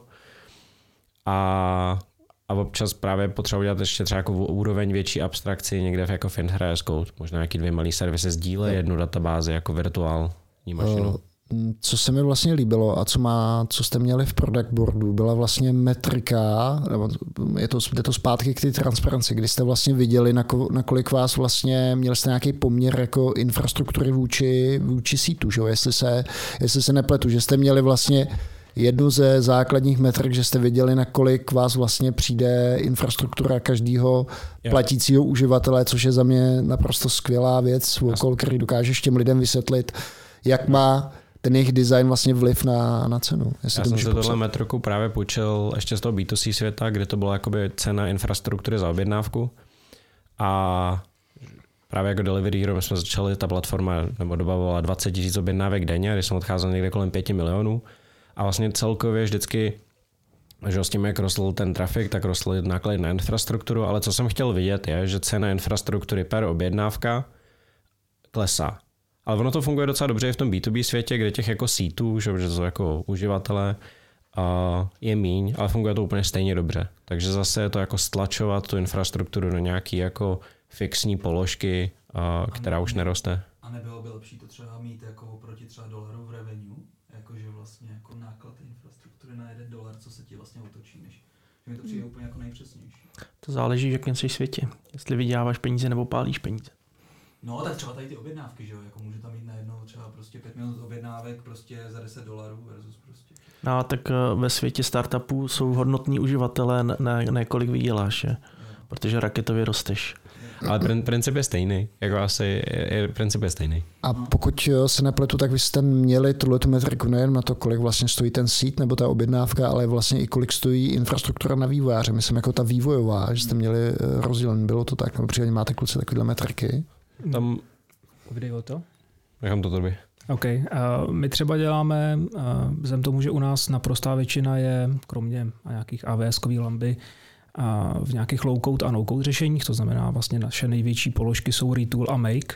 Speaker 4: a A občas právě potřeba udělat ještě třeba jako úroveň větší abstrakci někde jako v Inherit Code. Možná nějaký dvě malý servisy sdílejí jednu databázi jako virtuální mašinu.
Speaker 1: co se mi vlastně líbilo a co, má, co jste měli v product boardu, byla vlastně metrika, nebo je to, je to zpátky k té transparenci, kdy jste vlastně viděli, nakolik vás vlastně, měli jste nějaký poměr jako infrastruktury vůči, vůči sítu, že jo? Jestli se, jestli se nepletu, že jste měli vlastně jednu ze základních metrik, že jste viděli, nakolik vás vlastně přijde infrastruktura každého platícího uživatele, což je za mě naprosto skvělá věc, okolo který dokážeš těm lidem vysvětlit, jak má ten jejich design vlastně vliv na, na cenu.
Speaker 4: Jestli Já jsem si tohle metriku právě půjčil ještě z toho bé dvě cé světa, kde to byla jakoby cena infrastruktury za objednávku. A právě jako Delivery Hero jsme začali, ta platforma nebo dobavovala dvacet tisíc objednávek denně, když jsem odcházel někde kolem pěti milionů. A vlastně celkově vždycky, že s tím, jak rostl ten trafik, tak rostly náklady na infrastrukturu, ale co jsem chtěl vidět je, že cena infrastruktury per objednávka klesá. Ale ono to funguje docela dobře i v tom bé dvě bé světě, kde těch jako seatů, že, že jsou jako uživatelé, a je míň, ale funguje to úplně stejně dobře. Takže zase je to jako stlačovat tu infrastrukturu do nějaký jako fixní položky, a, která už neroste.
Speaker 2: A nebylo by lepší to třeba mít jako proti třeba dolaru v revenue, jakože vlastně jako náklad infrastruktury na jeden dolar, co se ti vlastně otočí, než že mi to přijde úplně jako nejpřesnější.
Speaker 5: To záleží, v jakém jsi světě. Jestli vyděláváš peníze nebo pálíš peníze.
Speaker 2: No, tak třeba tady ty objednávky, že jo, jako může tam mít najednou třeba prostě pět minut objednávek prostě za deset dolarů versus prostě.
Speaker 5: No, tak ve světě startupů jsou hodnotní uživatelé, ne, ne kolik vyděláš, je. Protože raketově rosteš.
Speaker 4: Ale princip je stejný, jako asi je, princip je stejný.
Speaker 1: A pokud se nepletu, tak vy jste měli tuhletu metriku nejen na to, kolik vlastně stojí ten seat nebo ta objednávka, ale vlastně i kolik stojí infrastruktura na vývojáře. Myslím jako ta vývojová, že jste měli rozdělen, bylo to tak, nebo případně máte kluci takovéhle metriky?
Speaker 4: Tam...
Speaker 3: Video to?
Speaker 4: Nechám to tobě.
Speaker 3: OK. Uh, my třeba děláme, uh, vzhledem tomu, že u nás naprostá většina je, kromě nějakých á vé eskových lamby, a v nějakých low-code a no-code řešeních, to znamená vlastně naše největší položky jsou Retool a Make,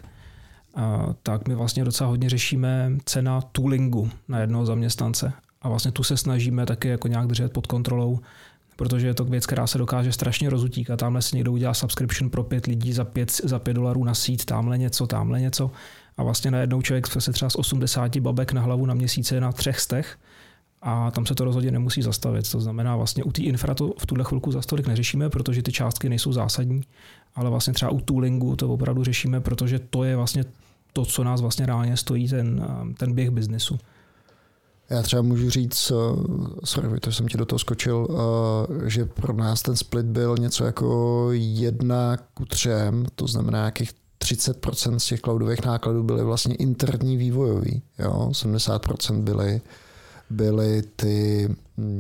Speaker 3: a tak my vlastně docela hodně řešíme cena toolingu na jednoho zaměstnance a vlastně tu se snažíme taky jako nějak držet pod kontrolou, protože je to věc, která se dokáže strašně rozutíkat. Tamhle si někdo udělá subscription pro pět lidí za pět, za pět dolarů na seat, tamhle něco, tamhle něco a vlastně najednou člověk se třeba z osmdesáti babek na hlavu na měsíce je na třech stech. A tam se to rozhodně nemusí zastavit. To znamená, vlastně u té infra to v tuhle chvilku za stolik neřešíme, protože ty částky nejsou zásadní, ale vlastně třeba u toolingu to opravdu řešíme, protože to je vlastně to, co nás vlastně reálně stojí ten, ten běh biznesu.
Speaker 1: Já třeba můžu říct, sorry, to jsem ti do toho skočil, že pro nás ten split byl něco jako jedna ku třem, to znamená nějakých třicet procent z těch cloudových nákladů byly vlastně interní vývojový, jo? sedmdesát procent byly byly ty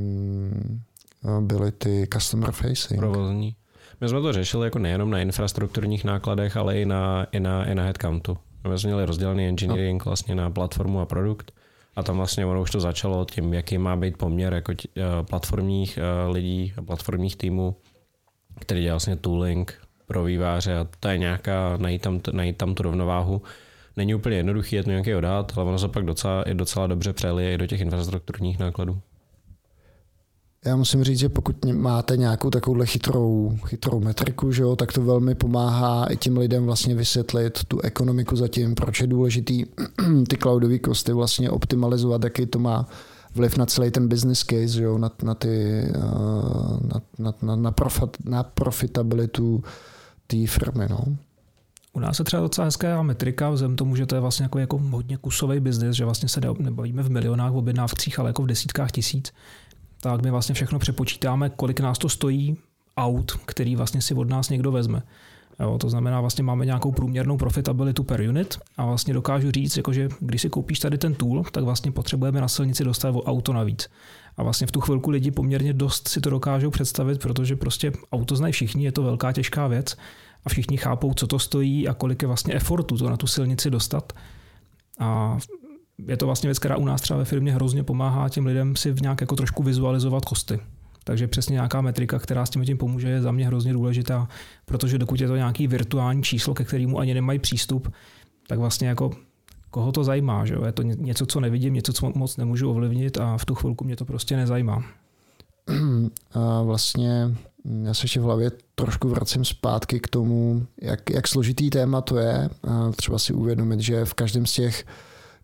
Speaker 1: byly ty customer facing.
Speaker 4: Provozní. My jsme to řešili jako nejenom na infrastrukturních nákladech, ale i na, i na, i na headcountu. My jsme měli rozdělený engineering no. vlastně na platformu a produkt a tam vlastně ono už to začalo tím, jaký má být poměr jako tě, platformních lidí a platformních týmů, který dělá vlastně tooling pro výváře a to je nějaká, najít tam, najít tam tu rovnováhu. Není úplně jednoduchý, je to nějaký odhad, ale ono se pak docela, i docela dobře přelije i do těch infrastrukturních nákladů.
Speaker 1: Já musím říct, že pokud máte nějakou takovouhle chytrou, chytrou metriku, že jo, tak to velmi pomáhá i těm lidem vlastně vysvětlit tu ekonomiku zatím, proč je důležitý ty cloudové kosty vlastně optimalizovat, jaký to má vliv na celý ten business case, že jo, na, na, ty, na, na, na, na, profit, na profitabilitu té firmy. No.
Speaker 3: U nás je třeba docela hezká metrika, vzhledem tomu, že to je vlastně jako, jako hodně kusový biznis, že vlastně se nebavíme v milionách v objednávcích, ale jako v desítkách tisíc, tak my vlastně všechno přepočítáme, kolik nás to stojí aut, který vlastně si od nás někdo vezme. Jo, to znamená, vlastně máme nějakou průměrnou profitabilitu per unit a vlastně dokážu říct, jakože když si koupíš tady ten tool, tak vlastně potřebujeme na silnici dostat o auto navíc. A vlastně v tu chvilku lidi poměrně dost si to dokážou představit, protože prostě auto znají všichni, je to velká těžká věc a všichni chápou, co to stojí a kolik je vlastně effortu to na tu silnici dostat. A je to vlastně věc, která u nás třeba ve firmě hrozně pomáhá těm lidem si v nějak jako trošku vizualizovat kosty. Takže přesně nějaká metrika, která s tím tím pomůže, je za mě hrozně důležitá, protože dokud je to nějaký virtuální číslo, ke kterému ani nemají přístup, tak vlastně jako koho to zajímá, že jo? Je to něco, co nevidím, něco, co moc nemůžu ovlivnit a v tu chvilku mě to prostě nezajímá.
Speaker 1: A vlastně já se ještě v hlavě trošku vracím zpátky k tomu, jak, jak složitý téma to je. A třeba si uvědomit, že v každém z těch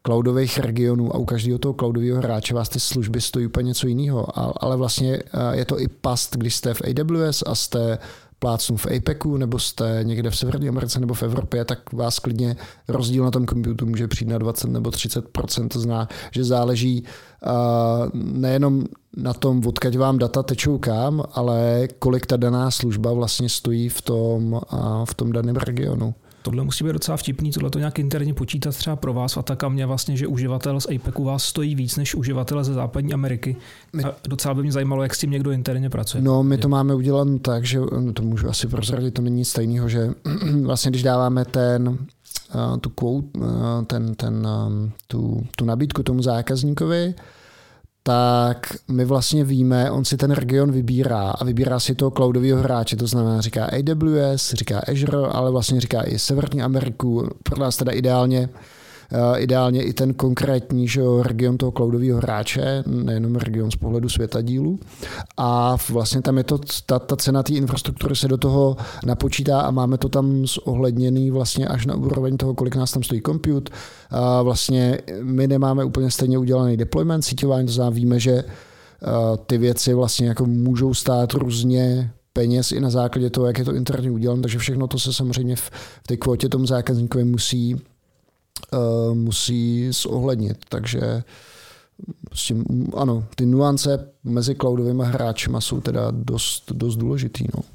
Speaker 1: cloudových regionů a u každého toho cloudového hráče vás ty služby stojí úplně něco jiného, ale vlastně je to i past, když jste v A W S a jste plácnu v APECu, nebo jste někde v Severní Americe nebo v Evropě, tak vás klidně rozdíl na tom computu může přijít na dvacet nebo třicet procent. To znamená, že záleží uh, nejenom na tom, odkud vám data tečou kam, ale kolik ta daná služba vlastně stojí v tom, uh, v tom daném regionu.
Speaker 3: Tohle musí být docela vtipný, tohle to nějak interně počítat třeba pro vás v Atacamě vlastně, že uživatel z APECu vás stojí víc než uživatel ze západní Ameriky. My... A docela by mě zajímalo, jak s tím někdo interně pracuje.
Speaker 1: No, my to máme udělat tak, že to můžu asi prozradit, to není nic stejného, že vlastně když dáváme ten tu quote, ten, ten, tu, tu nabídku tomu zákazníkovi, tak my vlastně víme, on si ten region vybírá a vybírá si toho cloudového hráče, to znamená říká A W S, říká Azure, ale vlastně říká i Severní Ameriku, pro nás teda ideálně, uh, ideálně i ten konkrétní že, region toho cloudového hráče, nejenom region z pohledu světadílu. A vlastně tam je to, ta, ta cena té infrastruktury se do toho napočítá a máme to tam zohledněný vlastně až na úroveň toho, kolik nás tam stojí compute. A vlastně my nemáme úplně stejně udělaný deployment síťování, to znamená víme, že ty věci vlastně jako můžou stát různě peněz i na základě toho, jak je to interně udělané, takže všechno to se samozřejmě v, v té kvotě tomu zákazníkovi musí, uh, musí zohlednit. Takže prostě, ano, ty nuance mezi cloudovými hráčima jsou teda dost, dost důležitý. No.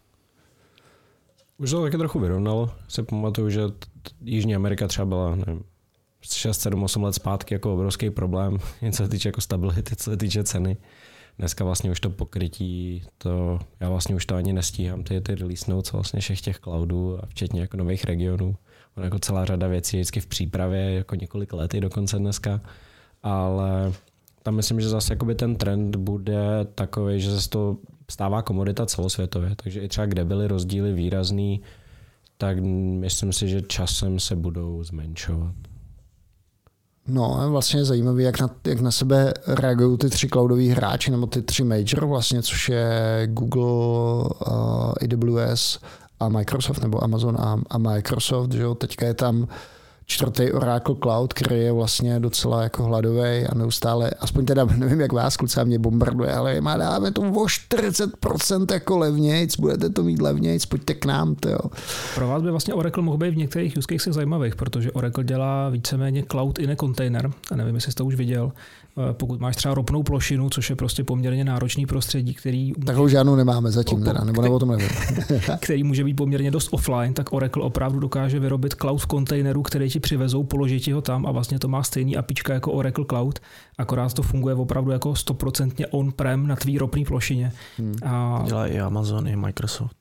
Speaker 4: Už to taky trochu vyrovnalo. Si pamatuju, že Jižní Amerika třeba byla nevím, šest, sedm, osm let zpátky jako obrovský problém, něco se týče jako stability, co se týče ceny. Dneska vlastně už to pokrytí, to, já vlastně už to ani nestíhám, ty, ty release notes vlastně všech těch cloudů a včetně jako nových regionů. On jako celá řada věcí vždycky v přípravě, jako několik let i dokonce dneska, ale tam myslím, že zase jakoby ten trend bude takový, že se to stává komodita celosvětově, takže i třeba kde byly rozdíly výrazný, tak myslím si, že časem se budou zmenšovat.
Speaker 1: No, vlastně je zajímavé, jak na, jak na sebe reagují ty tři cloudoví hráči, nebo ty tři major, vlastně, což je Google, uh, A W S a Microsoft, nebo Amazon a, a Microsoft. Že jo? Teďka je tam čtvrtý Oracle Cloud, který je vlastně docela jako hladový a neustále, aspoň teda nevím, jak vás kluci mě bombarduje, ale má dáme to o čtyřicet procent jako levnějc, budete to mít levnějc, pojďte k nám. Tyjo.
Speaker 3: Pro vás by vlastně Oracle mohl být v některých use casech zajímavých, protože Oracle dělá víceméně cloud in a container, a nevím, jestli jsi to už viděl. Pokud máš třeba ropnou plošinu, což je prostě poměrně náročný prostředí, který...
Speaker 1: Takovou žádnou nemáme zatím, teda, nebo, nebo o tom nevím.
Speaker 3: který může být poměrně dost offline, tak Oracle opravdu dokáže vyrobit cloud v kontejneru, který ti přivezou, položit ti ho tam a vlastně to má stejný apička jako Oracle Cloud, akorát to funguje opravdu jako sto procent on-prem na tvý ropný plošině.
Speaker 5: Hmm. A... Dělá i Amazon, i Microsoft.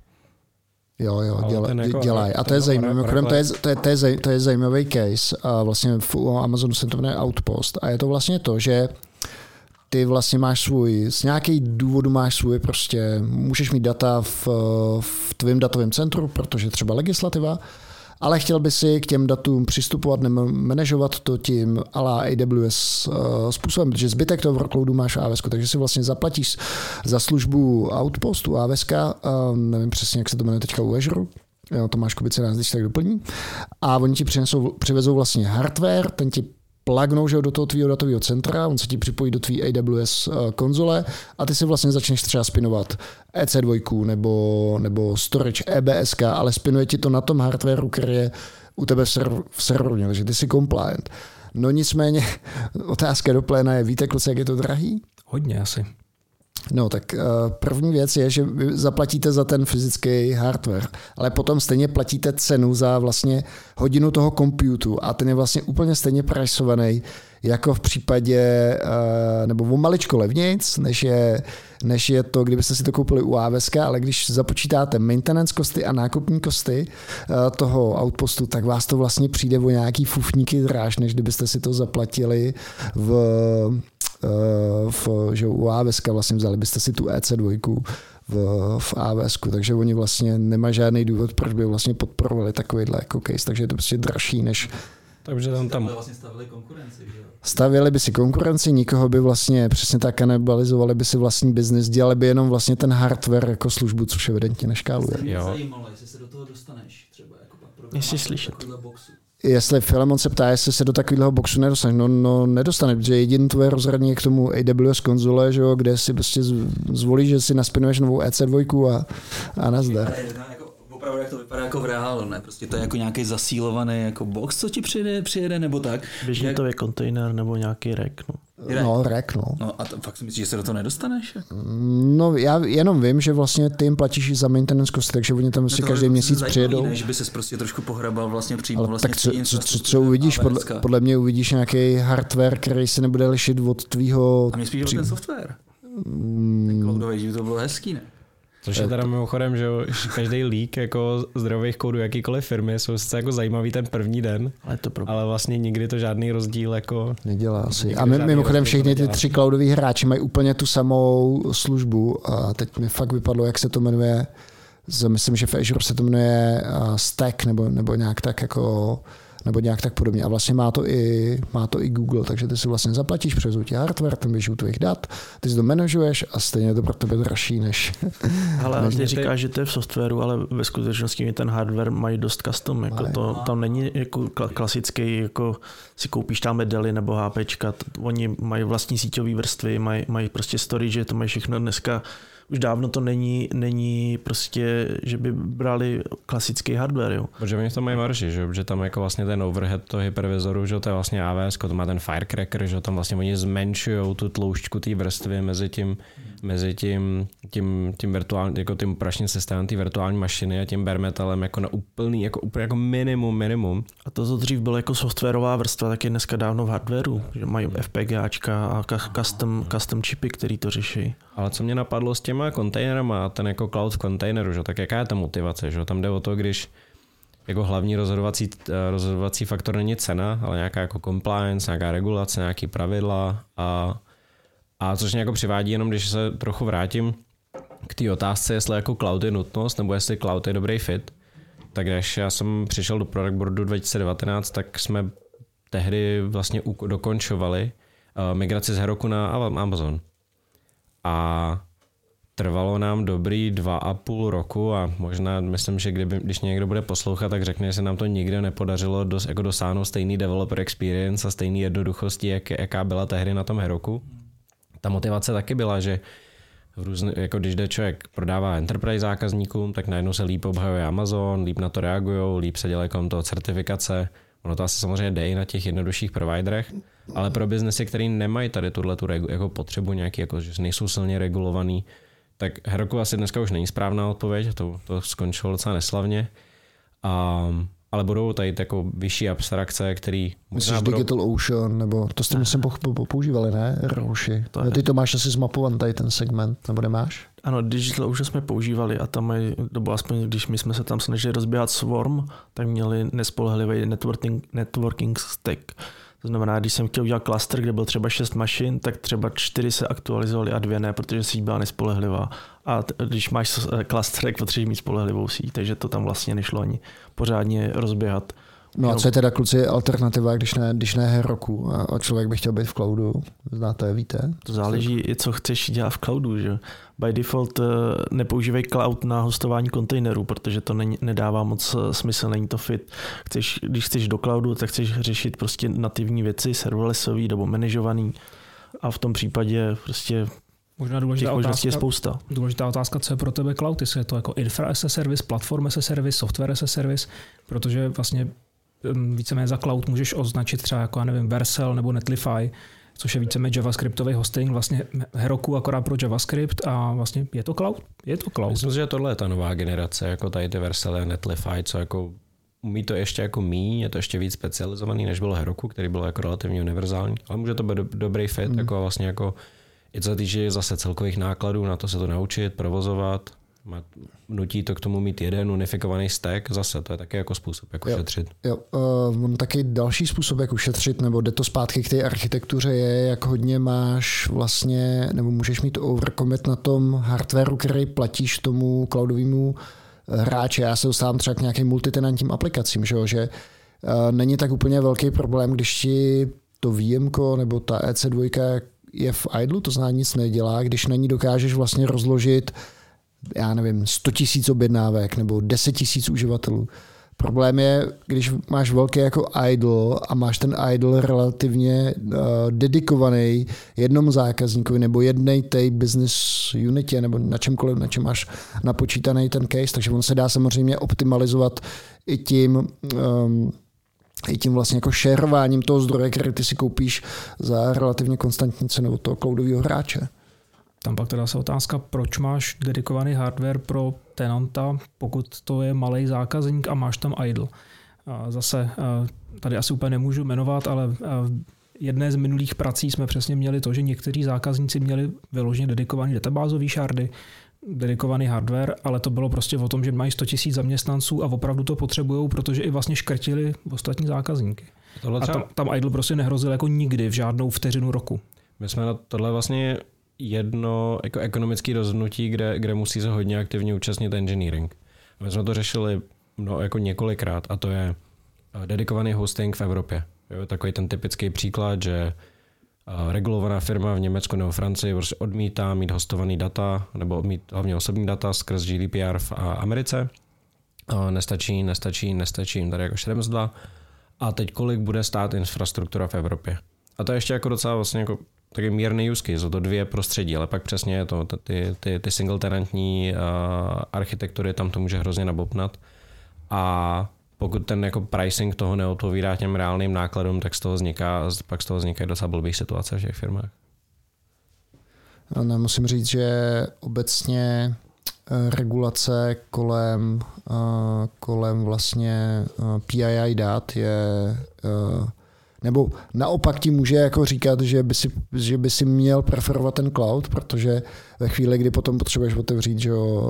Speaker 1: Jo, jo, dělají. Jako, dělaj. A to je zajímavé. To je, to, je, to, je, to je zajímavý case. A vlastně v Amazonu se to jmenuje Outpost. A je to vlastně to, že ty vlastně máš svůj, z nějakých důvodů máš svůj prostě, můžeš mít data v, v tvém datovém centru, protože třeba legislativa, ale chtěl by si k těm datům přistupovat nebo manažovat to tím a la A W S způsobem, protože zbytek toho workloadu máš v A W S, takže si vlastně zaplatíš za službu Outpostu A W S, nevím přesně, jak se to jmenuje teďka u Azure, jo, Tomáš Kubice nás když tak doplní, a oni ti přinesou, přivezou vlastně hardware, ten ti plugnou že do toho tvýho datového centra, on se ti připojí do tvý A W S konzole a ty si vlastně začneš třeba spinovat E C dva nebo, nebo storage E B S, ale spinuje ti to na tom hardwareu, který je u tebe v, server, v serveru, takže ty jsi compliant. No nicméně otázka do pléna je, víte kluci, jak je to drahý?
Speaker 3: Hodně asi.
Speaker 1: No tak první věc je, že vy zaplatíte za ten fyzický hardware, ale potom stejně platíte cenu za vlastně hodinu toho computu a ten je vlastně úplně stejně priceovaný jako v případě, nebo o maličko levnějc, než je, než je to, kdybyste si to koupili u A W S, ale když započítáte maintenance kosty a nákupní kosty toho Outpostu, tak vás to vlastně přijde o nějaký fufníky dráž, než kdybyste si to zaplatili v v, že u A W S vlastně vzali byste si tu E C dva v, v A W S, takže oni vlastně nemají žádný důvod, proč by vlastně podporovali takovýhle jako case, takže je to prostě dražší než...
Speaker 4: Takže tam tam...
Speaker 2: vlastně stavili konkurenci, že jo?
Speaker 1: Stavili by si konkurenci, nikoho by vlastně přesně tak kanibalizovali by si vlastní biznis, dělali by jenom vlastně ten hardware jako službu, což evidentně neškáluje.
Speaker 2: Mě zajímalo, jestli se do toho dostaneš třeba jako pak pro
Speaker 5: jestli slyšet.
Speaker 2: boxu.
Speaker 1: jestli Filemon se ptá, jestli se do takového boxu nedostane. No, no nedostane, protože jediný tvoje rozhraní je k tomu A W S konzole, že jo, kde si prostě zvolíš, že si naspinuješ novou E C dva a, a nazdar.
Speaker 2: Opravdu, jak to vypadá jako v reálu, ne? Prostě to je jako nějaký zasílovaný jako box, co ti přijede, přijede nebo tak.
Speaker 5: Běžně
Speaker 2: jak...
Speaker 5: to je kontejner nebo nějaký rack, no.
Speaker 1: No, rack, no.
Speaker 2: No a to, fakt si myslíš, že se do toho nedostaneš?
Speaker 1: No, já jenom vím, že vlastně ty jim platíš i za maintenance cost, takže oni tam vlastně každý měsíc přijedou.
Speaker 2: Ne, že by ses prostě trošku pohrabal vlastně přímo
Speaker 1: ale
Speaker 2: vlastně
Speaker 1: tak co, co, co, co uvidíš? Podle, podle mě uvidíš nějaký hardware, který se nebude lišit od tvýho...
Speaker 2: A mě spíš při... ten software. Mm. Ten cloudový, že by to bylo hezký, ne?
Speaker 4: Což je teda mimochodem, že každý leak jako zdrojových kódů jakýkoliv firmy jsou sice jako zajímavý ten první den, ale, to ale vlastně nikdy to žádný rozdíl jako
Speaker 1: nedělá asi. A my, mimochodem všechny ty tři cloudoví hráči mají úplně tu samou službu a teď mi fakt vypadlo, jak se to jmenuje. Myslím, že v Azure se to jmenuje Stack nebo, nebo nějak tak jako nebo nějak tak podobně. A vlastně má to i, má to i Google, takže ty si vlastně zaplatíš, převezou ti hardware, tam běží u tvých dat, ty si to manažuješ a stejně je to pro tebe dražší než...
Speaker 5: Ale ty říkáš, že to je v softwaru, ale ve skutečnosti ten hardware mají dost custom. Jako to, tam není jako klasický, jako si koupíš tam medely nebo HPčka. Oni mají vlastní síťové vrstvy, mají, mají prostě storage, to mají všechno dneska. Už dávno to není, není prostě, že by brali klasický hardware, jo.
Speaker 4: Protože oni v tom mají marži, že, že tam jako vlastně ten overhead toho hypervizoru, že to je vlastně A W S, to má ten Firecracker, že tam vlastně oni zmenšují tu tloušťku té vrstvy mezi tím, mezi tím, tím, tím virtuální, jako tím operačním systémem té virtuální mašiny a tím bare metalem jako na úplný, jako úplně jako minimum, minimum.
Speaker 5: A to, co dřív bylo jako softwarová vrstva, tak je dneska dávno v hardwareu, že mají FPGAčka a custom, custom chipy, který to řeší.
Speaker 4: Ale co mě napadlo s těma kontejnerama a ten jako cloud v kontejneru, že? Tak jaká je ta motivace? Že? Tam jde o to, když jako hlavní rozhodovací, rozhodovací faktor není cena, ale nějaká jako compliance, nějaká regulace, nějaký pravidla a, a což mě jako přivádí jenom, když se trochu vrátím k té otázce, jestli jako cloud je nutnost nebo jestli cloud je dobrý fit. Tak když já jsem přišel do Product Boardu dva tisíce devatenáct, tak jsme tehdy vlastně dokončovali uh, migraci z Heroku na Amazon. A trvalo nám dobrý dva a půl roku a možná myslím, že kdyby, když někdo bude poslouchat, tak řekne, že se nám to nikdy nepodařilo dos, jako dosáhnout stejný developer experience a stejný jednoduchosti, jak, jaká byla tehdy na tom Heroku. Ta motivace taky byla, že v různý, jako když jde člověk prodává enterprise zákazníkům, tak najednou se líp obhajuje Amazon, líp na to reagujou, líp se dělají kolem toho certifikace. Ono to asi samozřejmě jde i na těch jednodušších providerech, ale pro biznesy, který nemají tady tuhletu jako potřebu nějaký, jako, že nejsou silně regulovaný, tak Heroku asi dneska už není správná odpověď, to, to skončilo docela neslavně, a, ale budou tady jako vyšší abstrakce, který...
Speaker 1: Myslíš
Speaker 4: budou...
Speaker 1: Digital Ocean, nebo to jste myslím používali, ne? Rouši. To Ty to máš asi zmapovan tady ten segment, nebo nemáš?
Speaker 5: Ano, Digital Ocean jsme používali a tam mají, nebo aspoň když my jsme se tam snažili rozběhat Swarm, tak měli nespolehlivý networking, networking stack. To znamená, když jsem chtěl udělat cluster, kde byl třeba šest mašin, tak třeba čtyři se aktualizovaly a dvě ne, protože síť byla nespolehlivá. A t- když máš cluster, tak potřebuješ mít spolehlivou síť, takže to tam vlastně nešlo ani pořádně rozběhat.
Speaker 1: No a co je teda, kluci, alternativa, když ne, když ne Heroku a člověk by chtěl být v cloudu? Znáte, víte?
Speaker 5: To záleží, co chceš dělat v cloudu, že? By default nepoužívej cloud na hostování kontejnerů, protože to ne, nedává moc smysl, není to fit. Chceš, když chceš do cloudu, tak chceš řešit prostě nativní věci, serverlessový nebo manažovaný a v tom případě prostě
Speaker 3: možná důležitá
Speaker 5: těch možností
Speaker 3: otázka,
Speaker 5: je spousta.
Speaker 3: Důležitá otázka, co je pro tebe cloud, jestli je to jako infra as a service, platform as a service, software as a service, protože vlastně víceméně za cloud můžeš označit třeba jako, já nevím, Vercel nebo Netlify, což je víceméně javascriptový hosting, vlastně Heroku akorát pro JavaScript a vlastně je to cloud? Je to cloud.
Speaker 4: Myslím si, že tohle je ta nová generace, jako tady ty Vercel a Netlify, co jako umí to ještě jako míň, je to ještě víc specializovaný, než bylo Heroku, který byl jako relativně univerzální, ale může to být do, dobrý fit, mm. jako vlastně jako i co se týče zase celkových nákladů, na to se to naučit, provozovat, nutí to k tomu mít jeden unifikovaný stack, zase to je taky jako způsob, jak ušetřit.
Speaker 1: Jo, uh, on taky další způsob, jak ušetřit, nebo jde to zpátky k té architektuře, je, jak hodně máš vlastně, nebo můžeš mít overcommit na tom hardwareu, který platíš tomu cloudovému hráči. Já se dostávám třeba k nějakým multitenantním aplikacím, že, že uh, není tak úplně velký problém, když ti to V M ko nebo ta E C dva je v idlu, to znamená nic nedělá, když na ní dokážeš vlastně rozložit já nevím, sto tisíc objednávek nebo deset tisíc uživatelů, Problém je, když máš velký jako idol a máš ten idol relativně uh, dedikovaný jednomu zákazníkovi nebo jednej té business unitě nebo na čemkoliv, na čem máš napočítaný ten case, takže on se dá samozřejmě optimalizovat i tím, um, i tím vlastně jako šerováním toho zdroje, který ty si koupíš za relativně konstantní cenu od toho cloudového hráče.
Speaker 3: Tam pak teda se otázka, proč máš dedikovaný hardware pro tenanta, pokud to je malý zákazník a máš tam idle. A zase tady asi úplně nemůžu jmenovat, ale jedné z minulých prací jsme přesně měli to, že někteří zákazníci měli vyloženě dedikovaný databázový shardy, dedikovaný hardware, ale to bylo prostě o tom, že mají sto tisíc zaměstnanců a opravdu to potřebujou, protože i vlastně škrtili ostatní zákazníky. Tohle třeba... A tam, tam idle prostě nehrozil jako nikdy v žádnou vteřinu roku.
Speaker 4: My jsme na tohle vlastně jedno jako ekonomické rozhodnutí, kde, kde musí se hodně aktivně účastnit engineering. My jsme to řešili no, jako několikrát a to je dedikovaný hosting v Evropě. Jo, takový ten typický příklad, že regulovaná firma v Německu nebo Francii prostě odmítá mít hostovaný data nebo odmít hlavně osobní data skrz G D P R v Americe. Nestačí, nestačí, nestačí, tady jako sedm z dva. A teď kolik bude stát infrastruktura v Evropě? A to je ještě jako docela vlastně jako taky mírný use case, jsou to dvě prostředí, ale pak přesně je to ty, ty, ty single tenantní uh, architektury, tam to může hrozně nabopnat. A pokud ten jako pricing toho neodpovídá těm reálným nákladům, tak z toho vzniká, pak z toho vznikají docela blbý situace v těch firmách.
Speaker 1: No, musím říct, že obecně regulace kolem, kolem vlastně P I I dat je, nebo naopak ti může jako říkat, že by, si, že by si měl preferovat ten cloud, protože ve chvíli, kdy potom potřebuješ otevřít že jo,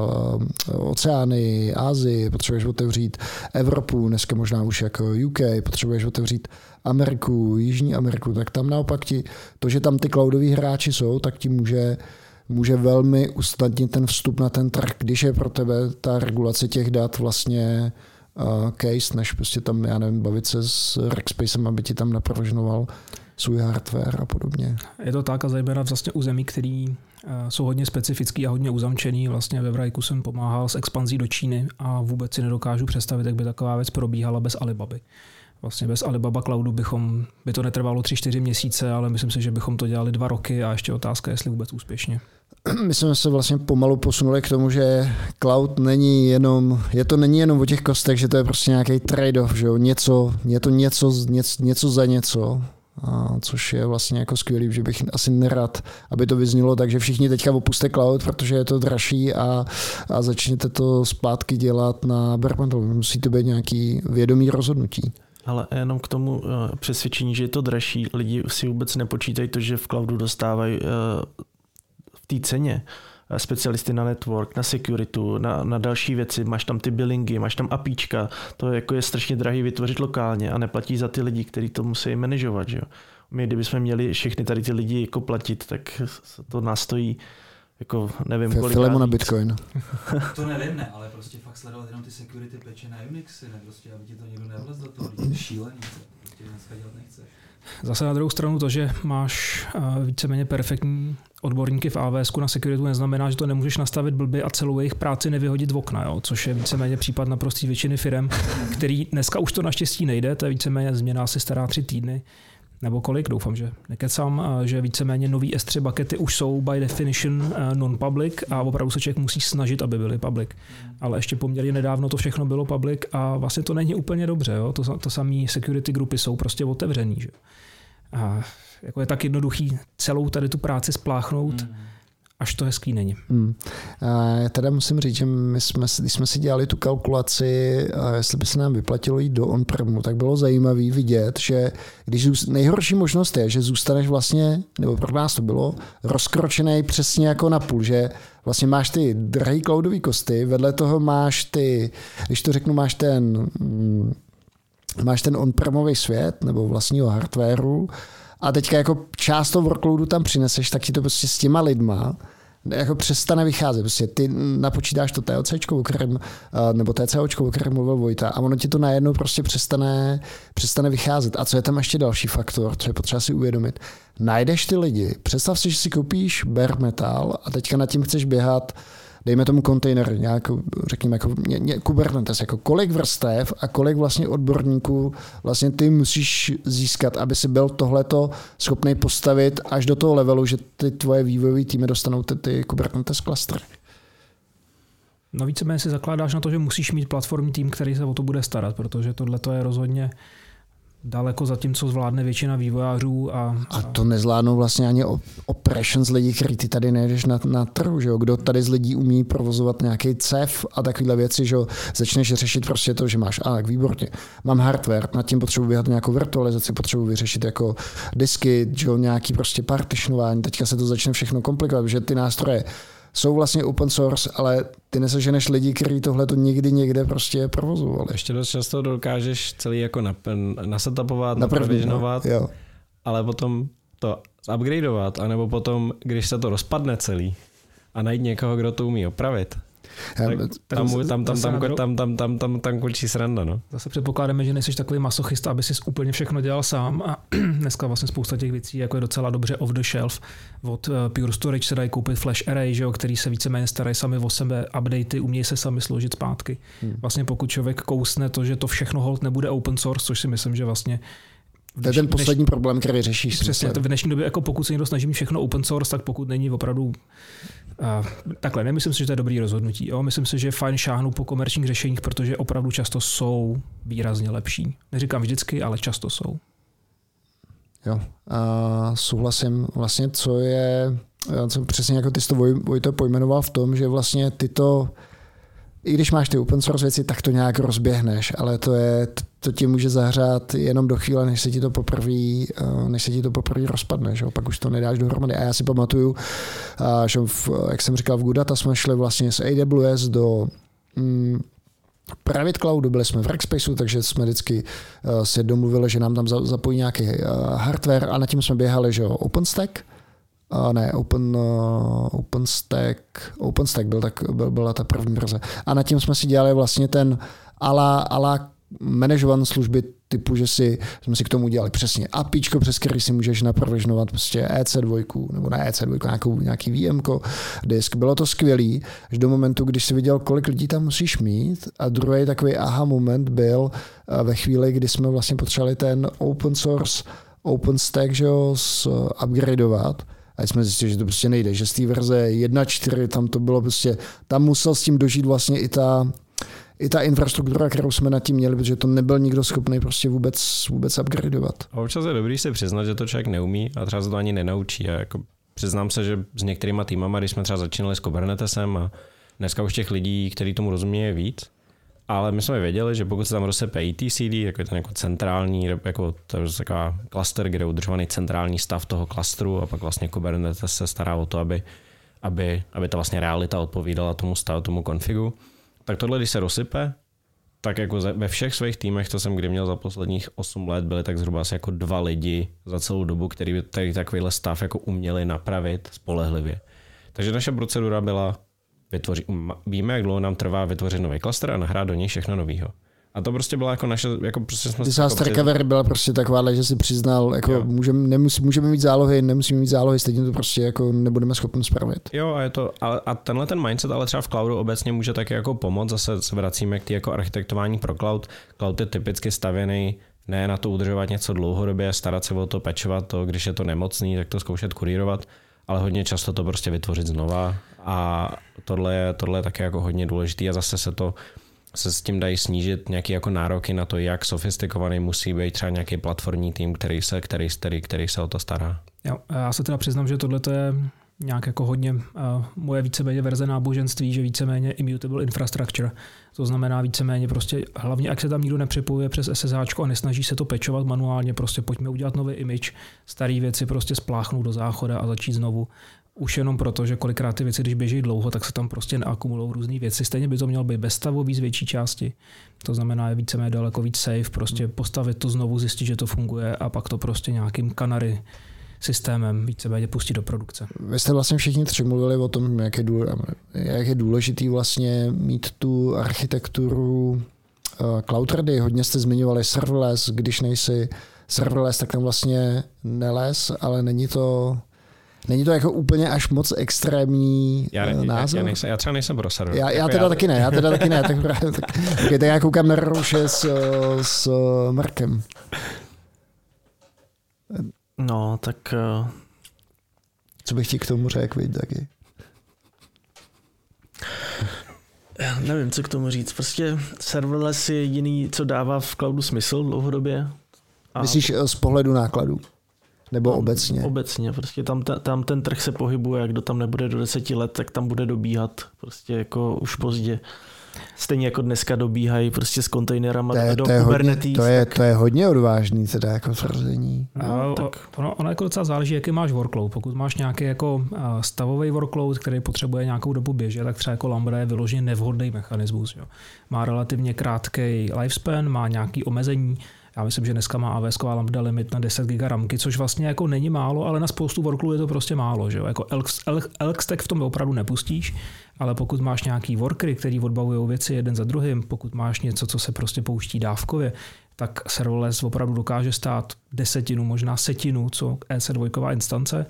Speaker 1: oceány, Asii, potřebuješ otevřít Evropu, dneska možná už jako U K, potřebuješ otevřít Ameriku, Jižní Ameriku, tak tam naopak ti, to, že tam ty cloudoví hráči jsou, tak ti může může velmi usnadnit ten vstup na ten trh, když je pro tebe ta regulace těch dat vlastně uh, case, než prostě tam, já nevím, bavit se s Rackspacem, aby ti tam naprožnoval svůj hardware a podobně.
Speaker 3: Je to tak a zejména vlastně u zemí, který uh, jsou hodně specifický a hodně uzamčený. Vlastně ve Vrajku jsem pomáhal s expanzí do Číny a vůbec si nedokážu představit, jak by taková věc probíhala bez Alibaby. Vlastně bez Alibaba Cloudu bychom, by to netrvalo tři čtyři měsíce, ale myslím si, že bychom to dělali dva roky a ještě otázka, jestli vůbec úspěšně.
Speaker 1: My jsme se vlastně pomalu posunuli k tomu, že cloud není jenom, je to není jenom o těch kostech, že to je prostě nějaký trade-off, že jo, něco, je to něco, něco, něco za něco, a což je vlastně jako skvělý, že bych asi nerad, aby to vyznělo tak, že všichni teďka opuste cloud, protože je to dražší a, a začněte to zpátky dělat na bare metal. Musí to být nějaký vědomý rozhodnutí.
Speaker 5: Ale jenom k tomu uh, přesvědčení, že je to dražší, lidi si vůbec nepočítají to, že v cloudu dostávají uh, v té ceně uh, specialisty na network, na security, na, na další věci, máš tam ty billingy, máš tam apíčka, to jako je strašně drahý vytvořit lokálně a neplatí za ty lidi, kteří to musí manažovat. Že jo? My, kdybychom měli všechny tady ty lidi jako platit, tak to nás stojí jako nevím kolik.
Speaker 1: Filemu na Bitcoin.
Speaker 2: To nevím, ne, ale prostě fakt sledovat jenom ty security peče na Unixy, ne, prostě, aby ti to někdo nevlez do toho, to je šílený, co prostě dneska dělat nechceš.
Speaker 3: Zase na druhou stranu to, že máš víceméně perfektní odborníky v A W S ku na security, neznamená, že to nemůžeš nastavit blbě a celou jejich práci nevyhodit v okna, jo? Což je víceméně případ naprostý většiny firem, který dneska už to naštěstí nejde, to je víceméně změna asi stará tři týdny. Nebo kolik, doufám, že nekecám, že víceméně nový S tři buckety už jsou by definition non-public a opravdu se člověk musí snažit, aby byly public. Ale ještě poměrně nedávno to všechno bylo public a vlastně to není úplně dobře. Jo? To, to samé security grupy jsou prostě otevřený. Že? A jako je tak jednoduchý celou tady tu práci spláchnout, hmm. až to hezký není.
Speaker 1: Hmm. Já teda musím říct, že my jsme, když jsme si dělali tu kalkulaci, jestli by se nám vyplatilo jít do on-premu, tak bylo zajímavé vidět, že když zůst, nejhorší možnost je, že zůstaneš vlastně, nebo pro nás to bylo, rozkročený přesně jako na půl, že vlastně máš ty drahý cloudový kosty, vedle toho máš ty, když to řeknu, máš ten, máš ten on-premový svět, nebo vlastního hardwareu, a teďka jako část toho workloadu tam přineseš, tak ti to prostě s těma lidma jako přestane vycházet. Prostě ty napočítáš to TLCčko, o kterém, nebo TCOčko, o kterém mluvil Vojta, a ono ti to najednou prostě přestane, přestane vycházet. A co je tam ještě další faktor, co je potřeba si uvědomit? Najdeš ty lidi. Představ si, že si koupíš bare metal a teďka nad tím chceš běhat dejme tomu kontejner, nějak, řekněme, jako ně, ně, Kubernetes, jako kolik vrstev a kolik vlastně odborníků vlastně ty musíš získat, aby si byl tohleto schopný postavit až do toho levelu, že ty tvoje vývojové týmy dostanou ty, ty Kubernetes klastry.
Speaker 3: No víceméně si zakládáš na to, že musíš mít platformní tým, který se o to bude starat, protože tohle je rozhodně daleko za tím, co zvládne většina vývojářů. A, a...
Speaker 1: a to nezvládnou vlastně ani operations lidí, který ty tady nejdeš na, na trhu, že jo? Kdo tady z lidí umí provozovat nějaký C E F a takovéhle věci, že jo? Začneš řešit prostě to, že máš, a tak výborně, mám hardware, nad tím potřebuji vyhat nějakou virtualizaci, potřebuji vyřešit jako disky, že jo? Nějaký prostě partitionování, teďka se to začne všechno komplikovat, protože ty nástroje jsou vlastně open source, ale ty neseženeš lidi, kteří tohle to nikdy někde prostě provozovali.
Speaker 4: Ještě dost často dokážeš celý jako nasetupovat, naprovisionovat, no, ale potom to upgradeovat, anebo potom, když se to rozpadne celý a najít někoho, kdo to umí opravit.
Speaker 1: Já,
Speaker 4: tak tam, tam, tam, tam, tam, tam, tam, tam, tam, tam končí sranda. No.
Speaker 3: Zase předpokládáme, že nejsi takový masochista, aby si úplně všechno dělal sám a dneska vlastně spousta těch věcí jako je docela dobře off the shelf. Od Pure Storage se dají koupit flash array, že jo, který se víceméně starají sami o sebe, updaty, umějí se sami složit zpátky. Hmm. Vlastně pokud člověk kousne to, že to všechno hold nebude open source, což si myslím, že vlastně
Speaker 1: to je ten poslední problém, který řešíš.
Speaker 3: Přesně, v dnešní době, jako pokud se někdo snaží mít všechno open source, tak pokud není opravdu uh, takhle, nemyslím si, že to je dobrý rozhodnutí. Jo? Myslím si, že je fajn šáhnout po komerčních řešeních, protože opravdu často jsou výrazně lepší. Neříkám vždycky, ale často jsou.
Speaker 1: Jo, a souhlasím. Vlastně, co je, co přesně jako ty jsi to Vojto pojmenoval v tom, že vlastně ty to, i když máš ty open source věci, tak to nějak rozběhneš, ale to je, to ti může zahřát jenom do chvíle, než se ti to poprvé, než se ti to poprvé rozpadne, že? Pak už to nedáš dohromady. A já si pamatuju, že v, jak jsem říkal, v Goodata jsme šli vlastně z A W S do mm, Private Cloudu, byli jsme v Rackspaceu, takže jsme vždycky si domluvili, že nám tam zapojí nějaký hardware a na tím jsme běhali, že OpenStack, Uh, ne, Open, uh, OpenStack, OpenStack byl tak, byl, byla ta první verze. A nad tím jsme si dělali vlastně ten ala, ala manažované služby typu, že si, jsme si k tomu dělali přesně APIčko, přes který si můžeš naprovisionovat prostě E C dva, nebo ne E C dva, nějakou, nějaký V M ko, disk. Bylo to skvělý, až do momentu, když si viděl, kolik lidí tam musíš mít. A druhý takový aha moment byl uh, ve chvíli, kdy jsme vlastně potřebovali ten open source OpenStack, že jo, upgradeovat. A jsme zjistili, že to prostě nejde, že z té verze jedna tečka čtyři tam to bylo prostě, tam musel s tím dožít vlastně i ta, i ta infrastruktura, kterou jsme nad tím měli, protože to nebyl nikdo schopný prostě vůbec, vůbec upgradeovat.
Speaker 4: A občas je dobrý si přiznat, že to člověk neumí a třeba se to ani nenaučí. A jako přiznám se, že s některýma týmama, když jsme třeba začínali s Kubernetesem a dneska už těch lidí, kteří tomu rozumí, je víc, ale my jsme věděli, že pokud se tam rozsepe E T C D, jako je ten jako centrální, jako to je taková klaster, kde je udržovaný centrální stav toho klastru a pak vlastně Kubernetes se stará o to, aby, aby, aby ta vlastně realita odpovídala tomu stavu, tomu konfigu. Tak tohle, když se rozsype, tak jako ve všech svých týmech, to jsem kdy měl za posledních osm let, byly tak zhruba asi jako dva lidi za celou dobu, který, který takovýhle stav jako uměli napravit spolehlivě. Takže naše procedura byla vytvořit, víme, jak dlouho nám trvá vytvořit nový klaster a nahrát do něj všechno novýho. A to prostě byla jako naše, jako prostě jsme
Speaker 1: Disaster jako recovery byla prostě taková, že si přiznal, jako můžeme, nemusí, můžeme mít zálohy, nemusíme mít zálohy, stejně to prostě jako nebudeme schopni spravit.
Speaker 4: Jo, a je to, a, a tenhle ten mindset, ale třeba v cloudu obecně může taky jako pomoct, zase se vracíme k té jako architektování pro cloud. Cloud je typicky stavěný ne na to udržovat něco dlouhodobě, starat se o to, pečovat to, když je to nemocný, tak to zkoušet kurírovat, ale hodně často to prostě vytvořit znova. A tohle je, tohle je také jako hodně důležitý a zase se to se s tím dají snížit nějaké jako nároky na to, jak sofistikovaný musí být třeba nějaký platformní tým, který se, který, který, který se o to stará.
Speaker 3: Jo, já se teda přiznám, že tohle je nějak jako hodně uh, moje víceméně verze náboženství, že víceméně immutable infrastructure. To znamená víceméně prostě, hlavně jak se tam nikdo nepřipojuje přes S S H a nesnaží se to pečovat manuálně, prostě pojďme udělat nový image, staré věci prostě spláchnout do záchoda a začít znovu. Už jenom proto, že kolikrát ty věci, když běží dlouho, tak se tam prostě neakumulují různé věci. Stejně by to mělo být bezstavový z větší části. To znamená, je víceméně daleko víc safe, prostě postavit to znovu, zjistit, že to funguje a pak to prostě nějakým kanary systémem víceméně pustit do produkce.
Speaker 1: Vy jste vlastně všichni tři mluvili o tom, jak je, důle, jak je důležitý vlastně mít tu architekturu uh, cloud ready. Hodně jste zmiňovali serverless, když nejsi serverless, tak tam vlastně neles, ale není to Není to jako úplně až moc extrémní
Speaker 4: já, ne,
Speaker 1: názor?
Speaker 4: Já, já, nejsem, já třeba nejsem pro server.
Speaker 1: Já, já
Speaker 4: jako
Speaker 1: teda
Speaker 4: já...
Speaker 1: taky ne, já teda taky ne. Tak, tak, tak, tak já koukám na Rouše s, s Markem.
Speaker 5: No, tak... Uh...
Speaker 1: Co bych ti k tomu řekl, viď, taky?
Speaker 5: Já nevím, co k tomu říct. Prostě serverless je jediný, co dává v cloudu smysl dlouhodobě.
Speaker 1: A... Myslíš z pohledu nákladů? Nebo no, obecně?
Speaker 5: Obecně, prostě tam, tam ten trh se pohybuje, kdo tam nebude do deseti let, tak tam bude dobíhat prostě jako už pozdě. Stejně jako dneska dobíhají prostě s kontejnerama
Speaker 1: to je,
Speaker 5: do
Speaker 1: to je
Speaker 5: Kubernetes.
Speaker 1: Hodně, to, je, tak... to je hodně odvážný teda jako tvrzení.
Speaker 3: No, tak... ono, ono jako docela záleží, jaký máš workload. Pokud máš nějaký jako stavový workload, který potřebuje nějakou dobu běžet, tak třeba jako Lambda je vyloženě nevhodný mechanismus. Jo. Má relativně krátký lifespan, má nějaký omezení. Já myslím, že dneska má á vé esková Lambda limit na deset giga ramky, což vlastně jako není málo, ale na spoustu workloadů je to prostě málo. Že jo? Jako Elk stack v tom opravdu nepustíš, ale pokud máš nějaký workery, který odbavují věci jeden za druhým, pokud máš něco, co se prostě pouští dávkově, tak serverless opravdu dokáže stát desetinu, možná setinu, co E C dva instance.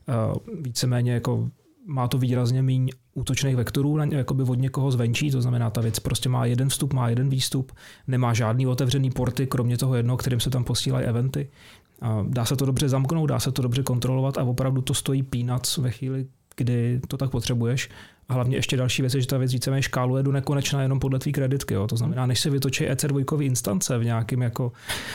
Speaker 3: Víceméně jako má to výrazně míň útočných vektorů jakoby od někoho zvenčí, to znamená, ta věc prostě má jeden vstup, má jeden výstup, nemá žádný otevřený porty, kromě toho jednoho, kterým se tam posílají eventy. Dá se to dobře zamknout, dá se to dobře kontrolovat a opravdu to stojí peanuts ve chvíli, kdy to tak potřebuješ. A hlavně ještě další věc je, že ta věc víceméně škáluje do nekonečna jenom podle tvý kreditky. Jo. To znamená, než se vytočí E C dva instance v nějakým jako,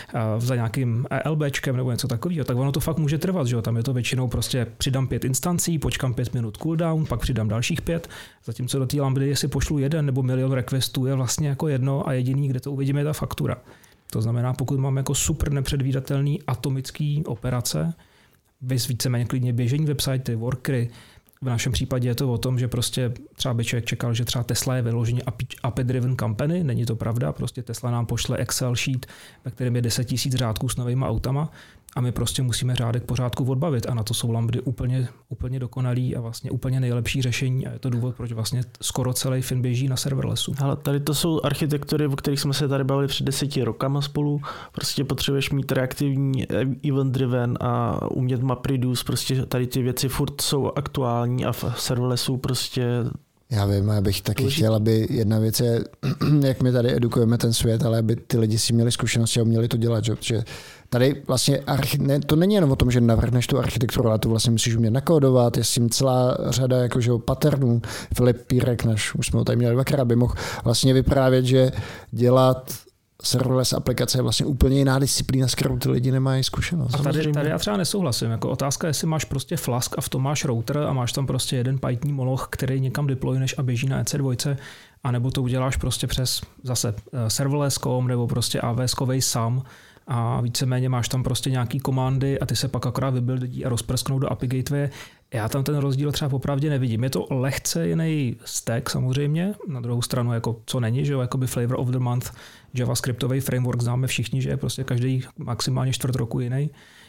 Speaker 3: za nějakým ELBčkem nebo něco takového, tak ono to fakt může trvat. Že jo. Tam je to většinou prostě přidám pět instancí, počkám pět minut cooldown, pak přidám dalších pět. Zatímco do té Lambdy, jestli pošlu jeden nebo milion requestů, je vlastně jako jedno a jediný, kde to uvidíme, je ta faktura. To znamená, pokud mám jako super nepředvídatelný atomický operace, vys víceméně klidně běžení websitey, workery. V našem případě je to o tom, že prostě třeba by člověk čekal, že třeba Tesla je vyloženě A P I-driven company, není to pravda, prostě Tesla nám pošle Excel sheet, ve kterém je deset tisíc řádků s novýma autama a my prostě musíme řádek pořádku odbavit a na to jsou Lambdy úplně, úplně dokonalý a vlastně úplně nejlepší řešení a je to důvod, proč vlastně skoro celý fin běží na serverlessu.
Speaker 5: Ale tady to jsou architektury, o kterých jsme se tady bavili před deseti rokama spolu. Prostě potřebuješ mít reaktivní event driven a umět MapReduce, prostě tady ty věci furt jsou aktuální a v serverlessu prostě. Já
Speaker 1: vím, já bych taky chtěl, aby jedna věc je, jak my tady edukujeme ten svět, ale aby ty lidi si měli zkušenosti a uměli to dělat, že? Protože tady vlastně archi- ne, to není jenom o tom, že navrhneš tu architekturu, ale to vlastně musíš umět nakódovat, je s tím celá řada jakože patternů. Filip Pírek, náš, už jsme ho tady měli dvakrát, aby mohl vlastně vyprávět, že dělat serverless aplikace je vlastně úplně jiná disciplína, s kterou ty lidi nemají zkušenost.
Speaker 3: A tady, tady já třeba nesouhlasím. Jako otázka je, jestli máš prostě Flask a v tom máš router a máš tam prostě jeden Python moloch, který někam deployneš a běží na E C dva, anebo to uděláš prostě přes zase serverless tečka com nebo prostě A W S-kovej sam a víceméně máš tam prostě nějaký komandy a ty se pak akorát vybuildí a rozprsknou do A P I Gateway. Já tam ten rozdíl třeba popravdě nevidím. Je to lehce jiný stack samozřejmě, na druhou stranu jako co není, že jo, jakoby flavor of the month, javascriptový framework známe všichni, že je prostě každý maximálně čtvrt roku jiný,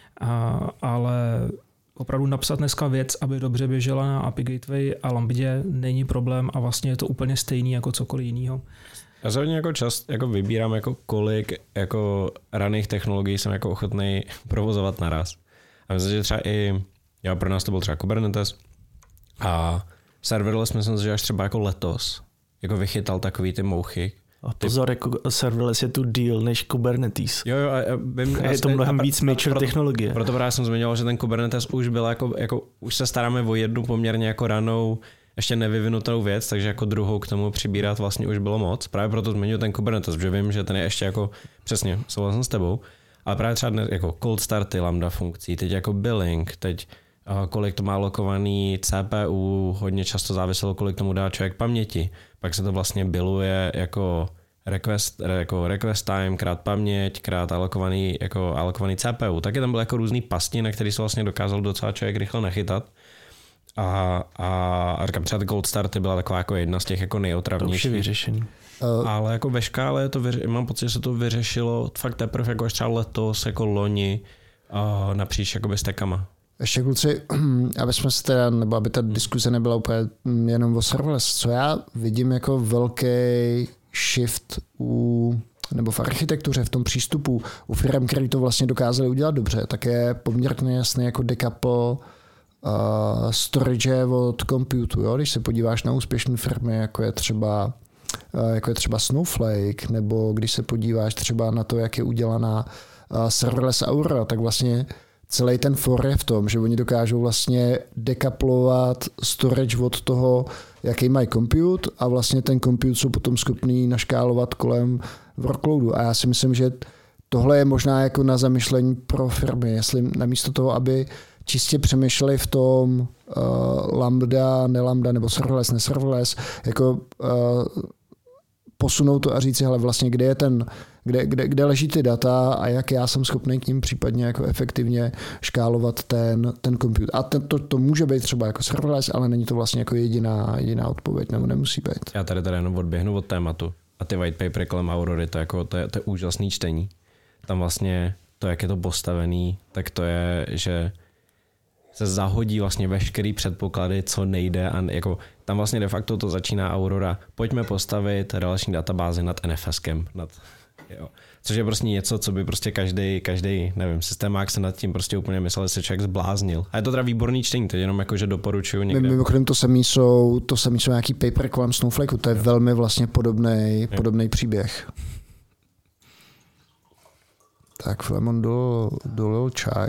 Speaker 3: a, ale opravdu napsat dneska věc, aby dobře běžela na A P I Gateway a Lambdě není problém a vlastně je to úplně stejný jako cokoliv jiného.
Speaker 4: Já se hodně jako čas jako vybírám, jako kolik jako raných technologií jsem jako ochotný provozovat naraz. A myslím, že třeba i já pro nás to byl třeba Kubernetes a serverless myslím, že až třeba jako letos jako vychytal takový ty mouchy.
Speaker 5: A pozor, jako serverless je tu deal než Kubernetes.
Speaker 4: Jo, jo, a, vím,
Speaker 5: a je to mnohem víc mature
Speaker 4: proto,
Speaker 5: technologie.
Speaker 4: Proto právě jsem zmiňoval, že ten Kubernetes už byl jako, jako, už se staráme o jednu poměrně jako ranou, ještě nevyvinutou věc, takže jako druhou k tomu přibírat vlastně už bylo moc. Právě proto zmiňuji ten Kubernetes, protože vím, že ten je ještě jako, přesně, souhlasím s tebou, ale právě třeba dnes, jako cold starty lambda funkcí, teď jako billing, teď kolik to má lokovaný C P U, hodně často záviselo, kolik tomu dá člověk paměti. Pak se to vlastně billuje jako request, jako request time, krát paměť, krát alokovaný, jako alokovaný C P U. Taky tam byly jako různý pasti, na který se vlastně dokázal docela člověk rychle nachytat. A, a, a říkám, třeba Gold Starty byla taková jako jedna z těch jako nejotravnějších.
Speaker 5: To už je vyřešený.
Speaker 4: Uh, ale jako ve škále to vyři, mám pocit, že se to vyřešilo fakt teprve jako až třeba letos, jako loni, uh, napříč jakoby stekama.
Speaker 1: Ještě kluci, aby jsme se teda, nebo aby ta diskuze nebyla úplně jenom o serverless, co já vidím jako velký shift u, nebo v architektuře, v tom přístupu u firm, který to vlastně dokázali udělat dobře, tak je poměrně jasný jako decouple uh, storage od computu. Jo? Když se podíváš na úspěšné firmy, jako je třeba uh, jako je třeba Snowflake, nebo když se podíváš třeba na to, jak je udělaná uh, serverless Aurora, tak vlastně celý ten for je v tom, že oni dokážou vlastně dekaplovat storage od toho, jaký mají compute a vlastně ten compute jsou potom schopný naškálovat kolem workloadu. A já si myslím, že tohle je možná jako na zamyšlení pro firmy, jestli namísto toho, aby čistě přemýšleli v tom uh, lambda, nelambda nebo serverless, neserverless, jako uh, posunout to a říct si, hele, vlastně kde je ten, kde, kde, kde leží ty data a jak já jsem schopný k ním případně jako efektivně škálovat ten, ten compute. A ten, to, to může být třeba jako serverless, ale není to vlastně jako jediná, jediná odpověď, nebo nemusí být.
Speaker 4: Já tady tady jenom odběhnu od tématu a ty white papery kolem Aurory, to, jako, to, je, to je úžasný čtení. Tam vlastně to, jak je to postavený, tak to je, že se zahodí vlastně veškerý předpoklady, co nejde a jako tam vlastně de facto to začíná Aurora. Pojďme postavit relační databázi nad N F S kem, nad, jo. Což je prostě něco, co by prostě každý, každý, nevím, systémák se nad tím prostě úplně myslel, že se člověk zbláznil. A je to teda výborný čtení, teď jenom jako, že doporučuju někde.
Speaker 1: Mimochodem to samý jsou, to samý jsou nějaký paper kolem Snowflakeu, to je jo. velmi vlastně podobný, podobný příběh. Tak Flemon dolil, dolil čaj.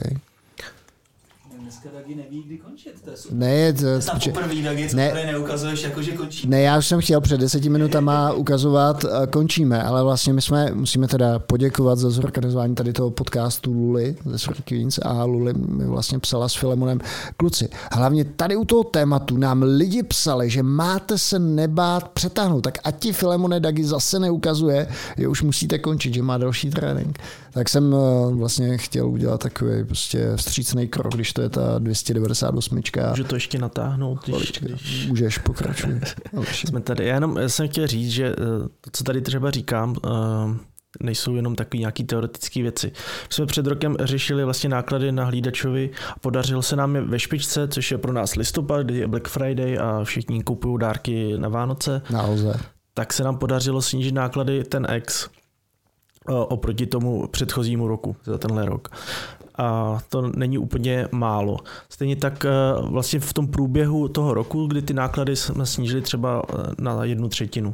Speaker 2: Dneska Dagi neví, kdy končit. To je super.
Speaker 1: Ne, to,
Speaker 2: to je poprvý Dagi, co ne, tady neukazuješ, jako že končí.
Speaker 1: Ne, já už jsem chtěl před deseti minutama ukazovat, končíme, ale vlastně my jsme, musíme teda poděkovat za zorganizování tady toho podcastu Luli ze Svrkivnice a Luli mi vlastně psala s Filemonem. Kluci, hlavně tady u toho tématu nám lidi psali, že máte se nebát přetáhnout, tak ať ti Filemone Dagi zase neukazuje, že už musíte končit, že má další trénink. Tak jsem vlastně chtěl udělat takový prostě vstřícný krok, když to je ta dvě stě devadesát osm.
Speaker 5: Můžu to ještě natáhnout? Když, když...
Speaker 1: Můžeš, pokračuj.
Speaker 5: Jsme tady. Já jenom jsem chtěl říct, že to, co tady třeba říkám, nejsou jenom takové nějaké teoretické věci. My jsme před rokem řešili vlastně náklady na hlídačovi a podařilo se nám je ve špičce, což je pro nás listopad, kdy je Black Friday a všichni kupují dárky na Vánoce.
Speaker 1: Naozaj.
Speaker 5: Tak se nám podařilo snížit náklady ten X oproti tomu předchozímu roku, za tenhle rok. A to není úplně málo. Stejně tak vlastně v tom průběhu toho roku, kdy ty náklady jsme snížili třeba na jednu třetinu.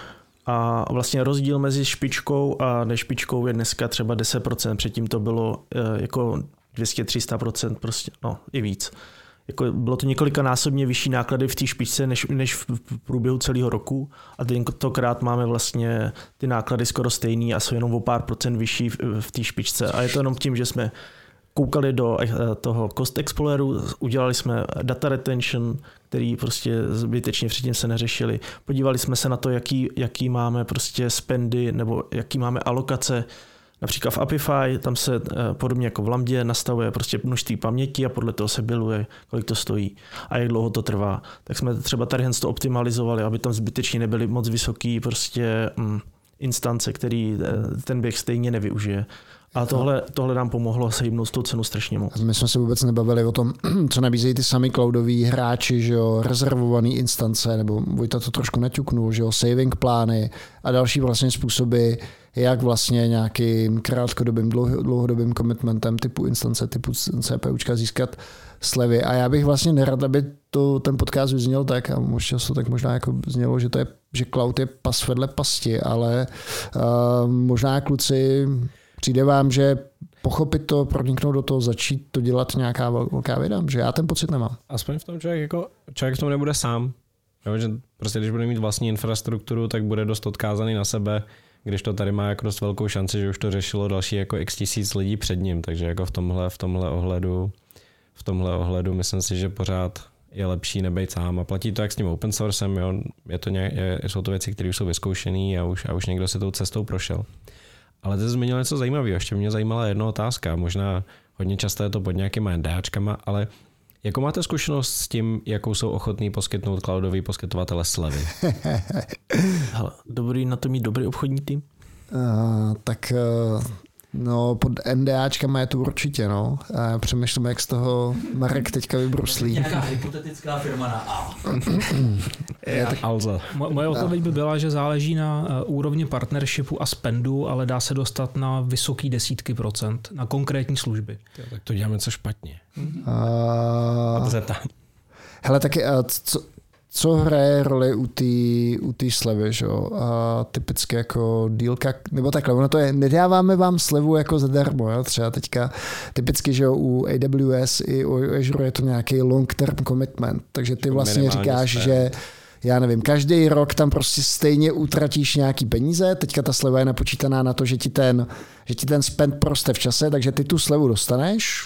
Speaker 5: A vlastně rozdíl mezi špičkou a nešpičkou je dneska třeba deset procent, předtím to bylo jako dvě stě až tři sta procent, prostě, no i víc. Jako bylo to několikanásobně vyšší náklady v té špičce než, než v průběhu celého roku a tentokrát máme vlastně ty náklady skoro stejný a jsou jenom o pár procent vyšší v, v té špičce a je to jenom tím, že jsme koukali do toho Cost Exploreru, udělali jsme data retention, který prostě zbytečně předtím se neřešili. Podívali jsme se na to, jaký, jaký máme prostě spendy nebo jaký máme alokace. Například v Apify, tam se podobně jako v Lambdě nastavuje prostě množství paměti a podle toho se billuje, kolik to stojí a jak dlouho to trvá. Tak jsme třeba tady to optimalizovali, aby tam zbytečně nebyly moc vysoký prostě mm, instance, který ten běh stejně nevyužije. A tohle, tohle nám pomohlo sejmout tu cenu strašně moc.
Speaker 1: My jsme se vůbec nebavili o tom, co nabízejí ty sami cloudoví hráči, že jo, rezervovaný instance, nebo Vojta to trošku naťuknul, že jo, saving plány a další vlastně způsoby, jak vlastně nějakým krátkodobým, dlouhodobým commitmentem typu instance, typu CPUčka získat slevy. A já bych vlastně nerad, aby to, ten podcast vyzněl tak, a možná to tak možná jako znělo, že to je, že cloud je pas vedle pasti, ale uh, možná kluci přijde vám, že pochopit to, proniknout do toho, začít to dělat nějaká velká věda, že já ten pocit nemám.
Speaker 4: Aspoň v tom člověk, jako, člověk v tom nebude sám. Jo, že prostě když bude mít vlastní infrastrukturu, tak bude dost odkázaný na sebe, když to tady má jako dost velkou šanci, že už to řešilo další jako x tisíc lidí před ním, takže jako v tomhle, v tomhle ohledu v tomhle ohledu myslím si, že pořád je lepší nebejt sám a platí to jak s tím open sourcem, jo, je to nějak, je, jsou to věci, které už jsou vyzkoušený a už, a už někdo si tou cestou prošel. Ale ty jsi zmínil něco zajímavého, ještě mě zajímala jedna otázka, možná hodně často je to pod nějakýma NDAčkama, ale jakou máte zkušenost s tím, jakou jsou ochotní poskytnout cloudový poskytovatele slevy?
Speaker 5: Hele, dobrý na to mít dobrý obchodní tým?
Speaker 1: Uh, tak uh, No, pod NDAčkama je to určitě, no. A přemýšlím, jak z toho Marek teďka vybruslí.
Speaker 2: Nějaká hypotetická firma na A.
Speaker 3: je, tak,
Speaker 4: Alza.
Speaker 3: Moje odpověď by byla, že záleží na uh, úrovni partnershipu a spendu, ale dá se dostat na vysoký desítky procent, na konkrétní služby.
Speaker 4: Jo, tak to děláme co špatně.
Speaker 1: A...
Speaker 4: A to se ptám.
Speaker 1: Hele, taky, a co, co hraje roli u té u té slevy, že jo? A typicky jako dílka, nebo takhle, ono to je, nedáváme vám slevu jako zadarmo, jo? Třeba teďka typicky, že jo, u A W S i u Azure je to nějaký long term commitment, takže ty vlastně říkáš, spend. Že já nevím, každý rok tam prostě stejně utratíš nějaký peníze, teďka ta sleva je napočítaná na to, že ti ten, že ti ten spend proste v čase, takže ty tu slevu dostaneš,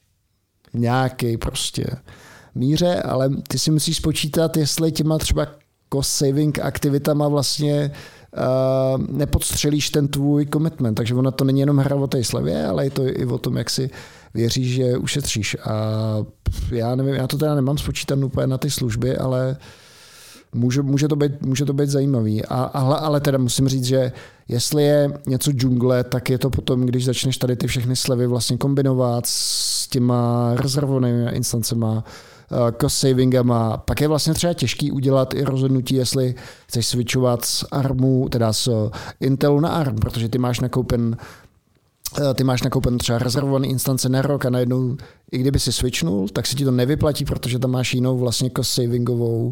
Speaker 1: nějaký prostě míře, ale ty si musíš spočítat, jestli těma třeba cost saving aktivitama vlastně uh, nepodstřelíš ten tvůj commitment. Takže ona to není jenom hra o té slevě, ale je to i o tom, jak si věříš, že ušetříš. A já nevím, já to teda nemám spočítat úplně na ty služby, ale může, může, to, být, může to být zajímavý. A, ale, ale teda musím říct, že jestli je něco džungle, tak je to potom, když začneš tady ty všechny slevy vlastně kombinovat s těma rezervovanými instancema, cost savingama, pak je vlastně třeba těžký udělat i rozhodnutí, jestli chceš switchovat z ARMu, teda z Intelu na ARM, protože ty máš nakoupen ty máš nakoupen třeba rezervovaný instance na rok a najednou, i kdyby si switchnul, tak se ti to nevyplatí, protože tam máš jinou vlastně cost savingovou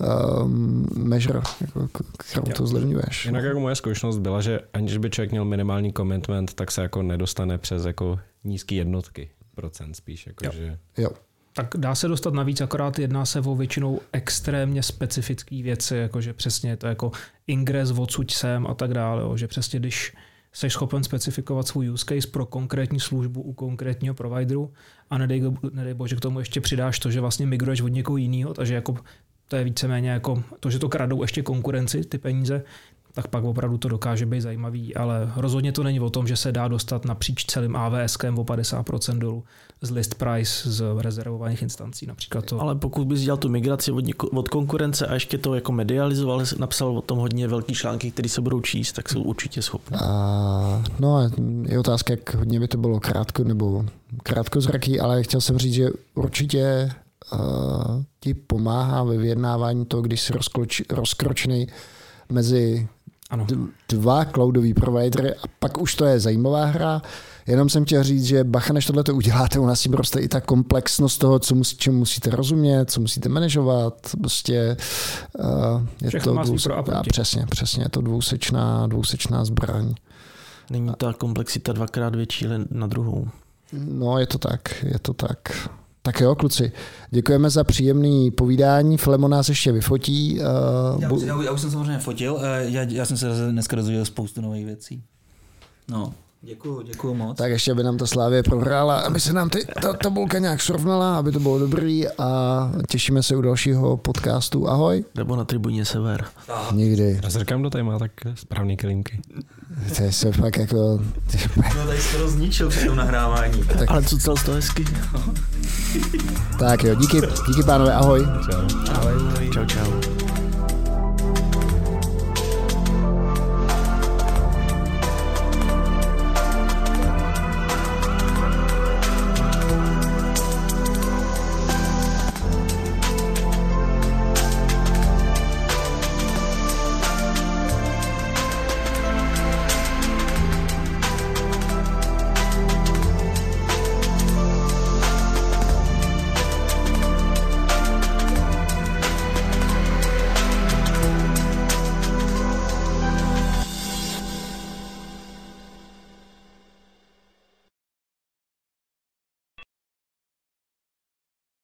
Speaker 1: um, measure, jako, kterou to zlevňuješ.
Speaker 4: Jinak jako moje zkušenost byla, že aniž by člověk měl minimální commitment, tak se jako nedostane přes jako nízký jednotky procent spíš. Jako
Speaker 3: jo.
Speaker 4: Že...
Speaker 1: jo.
Speaker 3: Tak dá se dostat navíc, akorát jedná se o většinou extrémně specifické věci, jakože přesně to jako ingres odsuť sem a tak dále, jo, že přesně když jsi schopen specifikovat svůj use case pro konkrétní službu u konkrétního provideru a nedej, nedej bože k tomu ještě přidáš to, že vlastně migruješ od někoho jiného, takže jako to je víceméně jako to, že to kradou ještě konkurenci, ty peníze, tak pak opravdu to dokáže být zajímavý, ale rozhodně to není o tom, že se dá dostat napříč celým AWSkem o padesát procent dolů z list price z rezervovaných instancí například to.
Speaker 5: Ale pokud bys dělal tu migraci od, něko, od konkurence a ještě to jako medializoval, napsal o tom hodně velký články, které se budou číst, tak jsou určitě schopni.
Speaker 1: A, no a je otázka, jak hodně by to bylo krátko nebo krátkozraký, ale chtěl jsem říct, že určitě uh, ti pomáhá ve vyjednávání to, když si rozkroč, rozkročnej mezi
Speaker 3: ano.
Speaker 1: dva cloudový providery a pak už to je zajímavá hra. Jenom jsem chtěl říct, že bacha, než tohle to uděláte, u nás si prostě i ta komplexnost toho, co musí, čemu musíte rozumět, co musíte manažovat. Prostě uh, je
Speaker 3: všechno
Speaker 1: to
Speaker 3: má
Speaker 1: dvou,
Speaker 3: svůj pro a proti.
Speaker 1: Přesně, přesně, je to dvousečná, dvousečná zbraň.
Speaker 5: Není ta komplexita dvakrát větší na druhou.
Speaker 1: No, je to tak, je to tak. Tak jo, kluci, děkujeme za příjemný povídání. Filemon nás ještě vyfotí. Uh,
Speaker 2: já, už, já, já už jsem samozřejmě fotil, uh, já, já jsem se dneska dozvěděl spoustu nových věcí. No, děkuju, děkuju moc.
Speaker 1: Tak ještě, aby nám ta Slávě prohrála, aby se nám ty, ta tabulka nějak srovnala, aby to bylo dobrý a těšíme se u dalšího podcastu. Ahoj.
Speaker 5: Nebo na tribuně Sever.
Speaker 1: Ah. Nikdy.
Speaker 4: Já se říkám, kdo tady má tak správný kelímky.
Speaker 1: To je se fakt jako...
Speaker 2: No tady skoro zničil při tom nahrávání.
Speaker 5: Tak. Ale co celé to hezky.
Speaker 1: Tak jo, díky, díky pánové, ahoj.
Speaker 4: Čau.
Speaker 5: Ahoj. Čau, čau.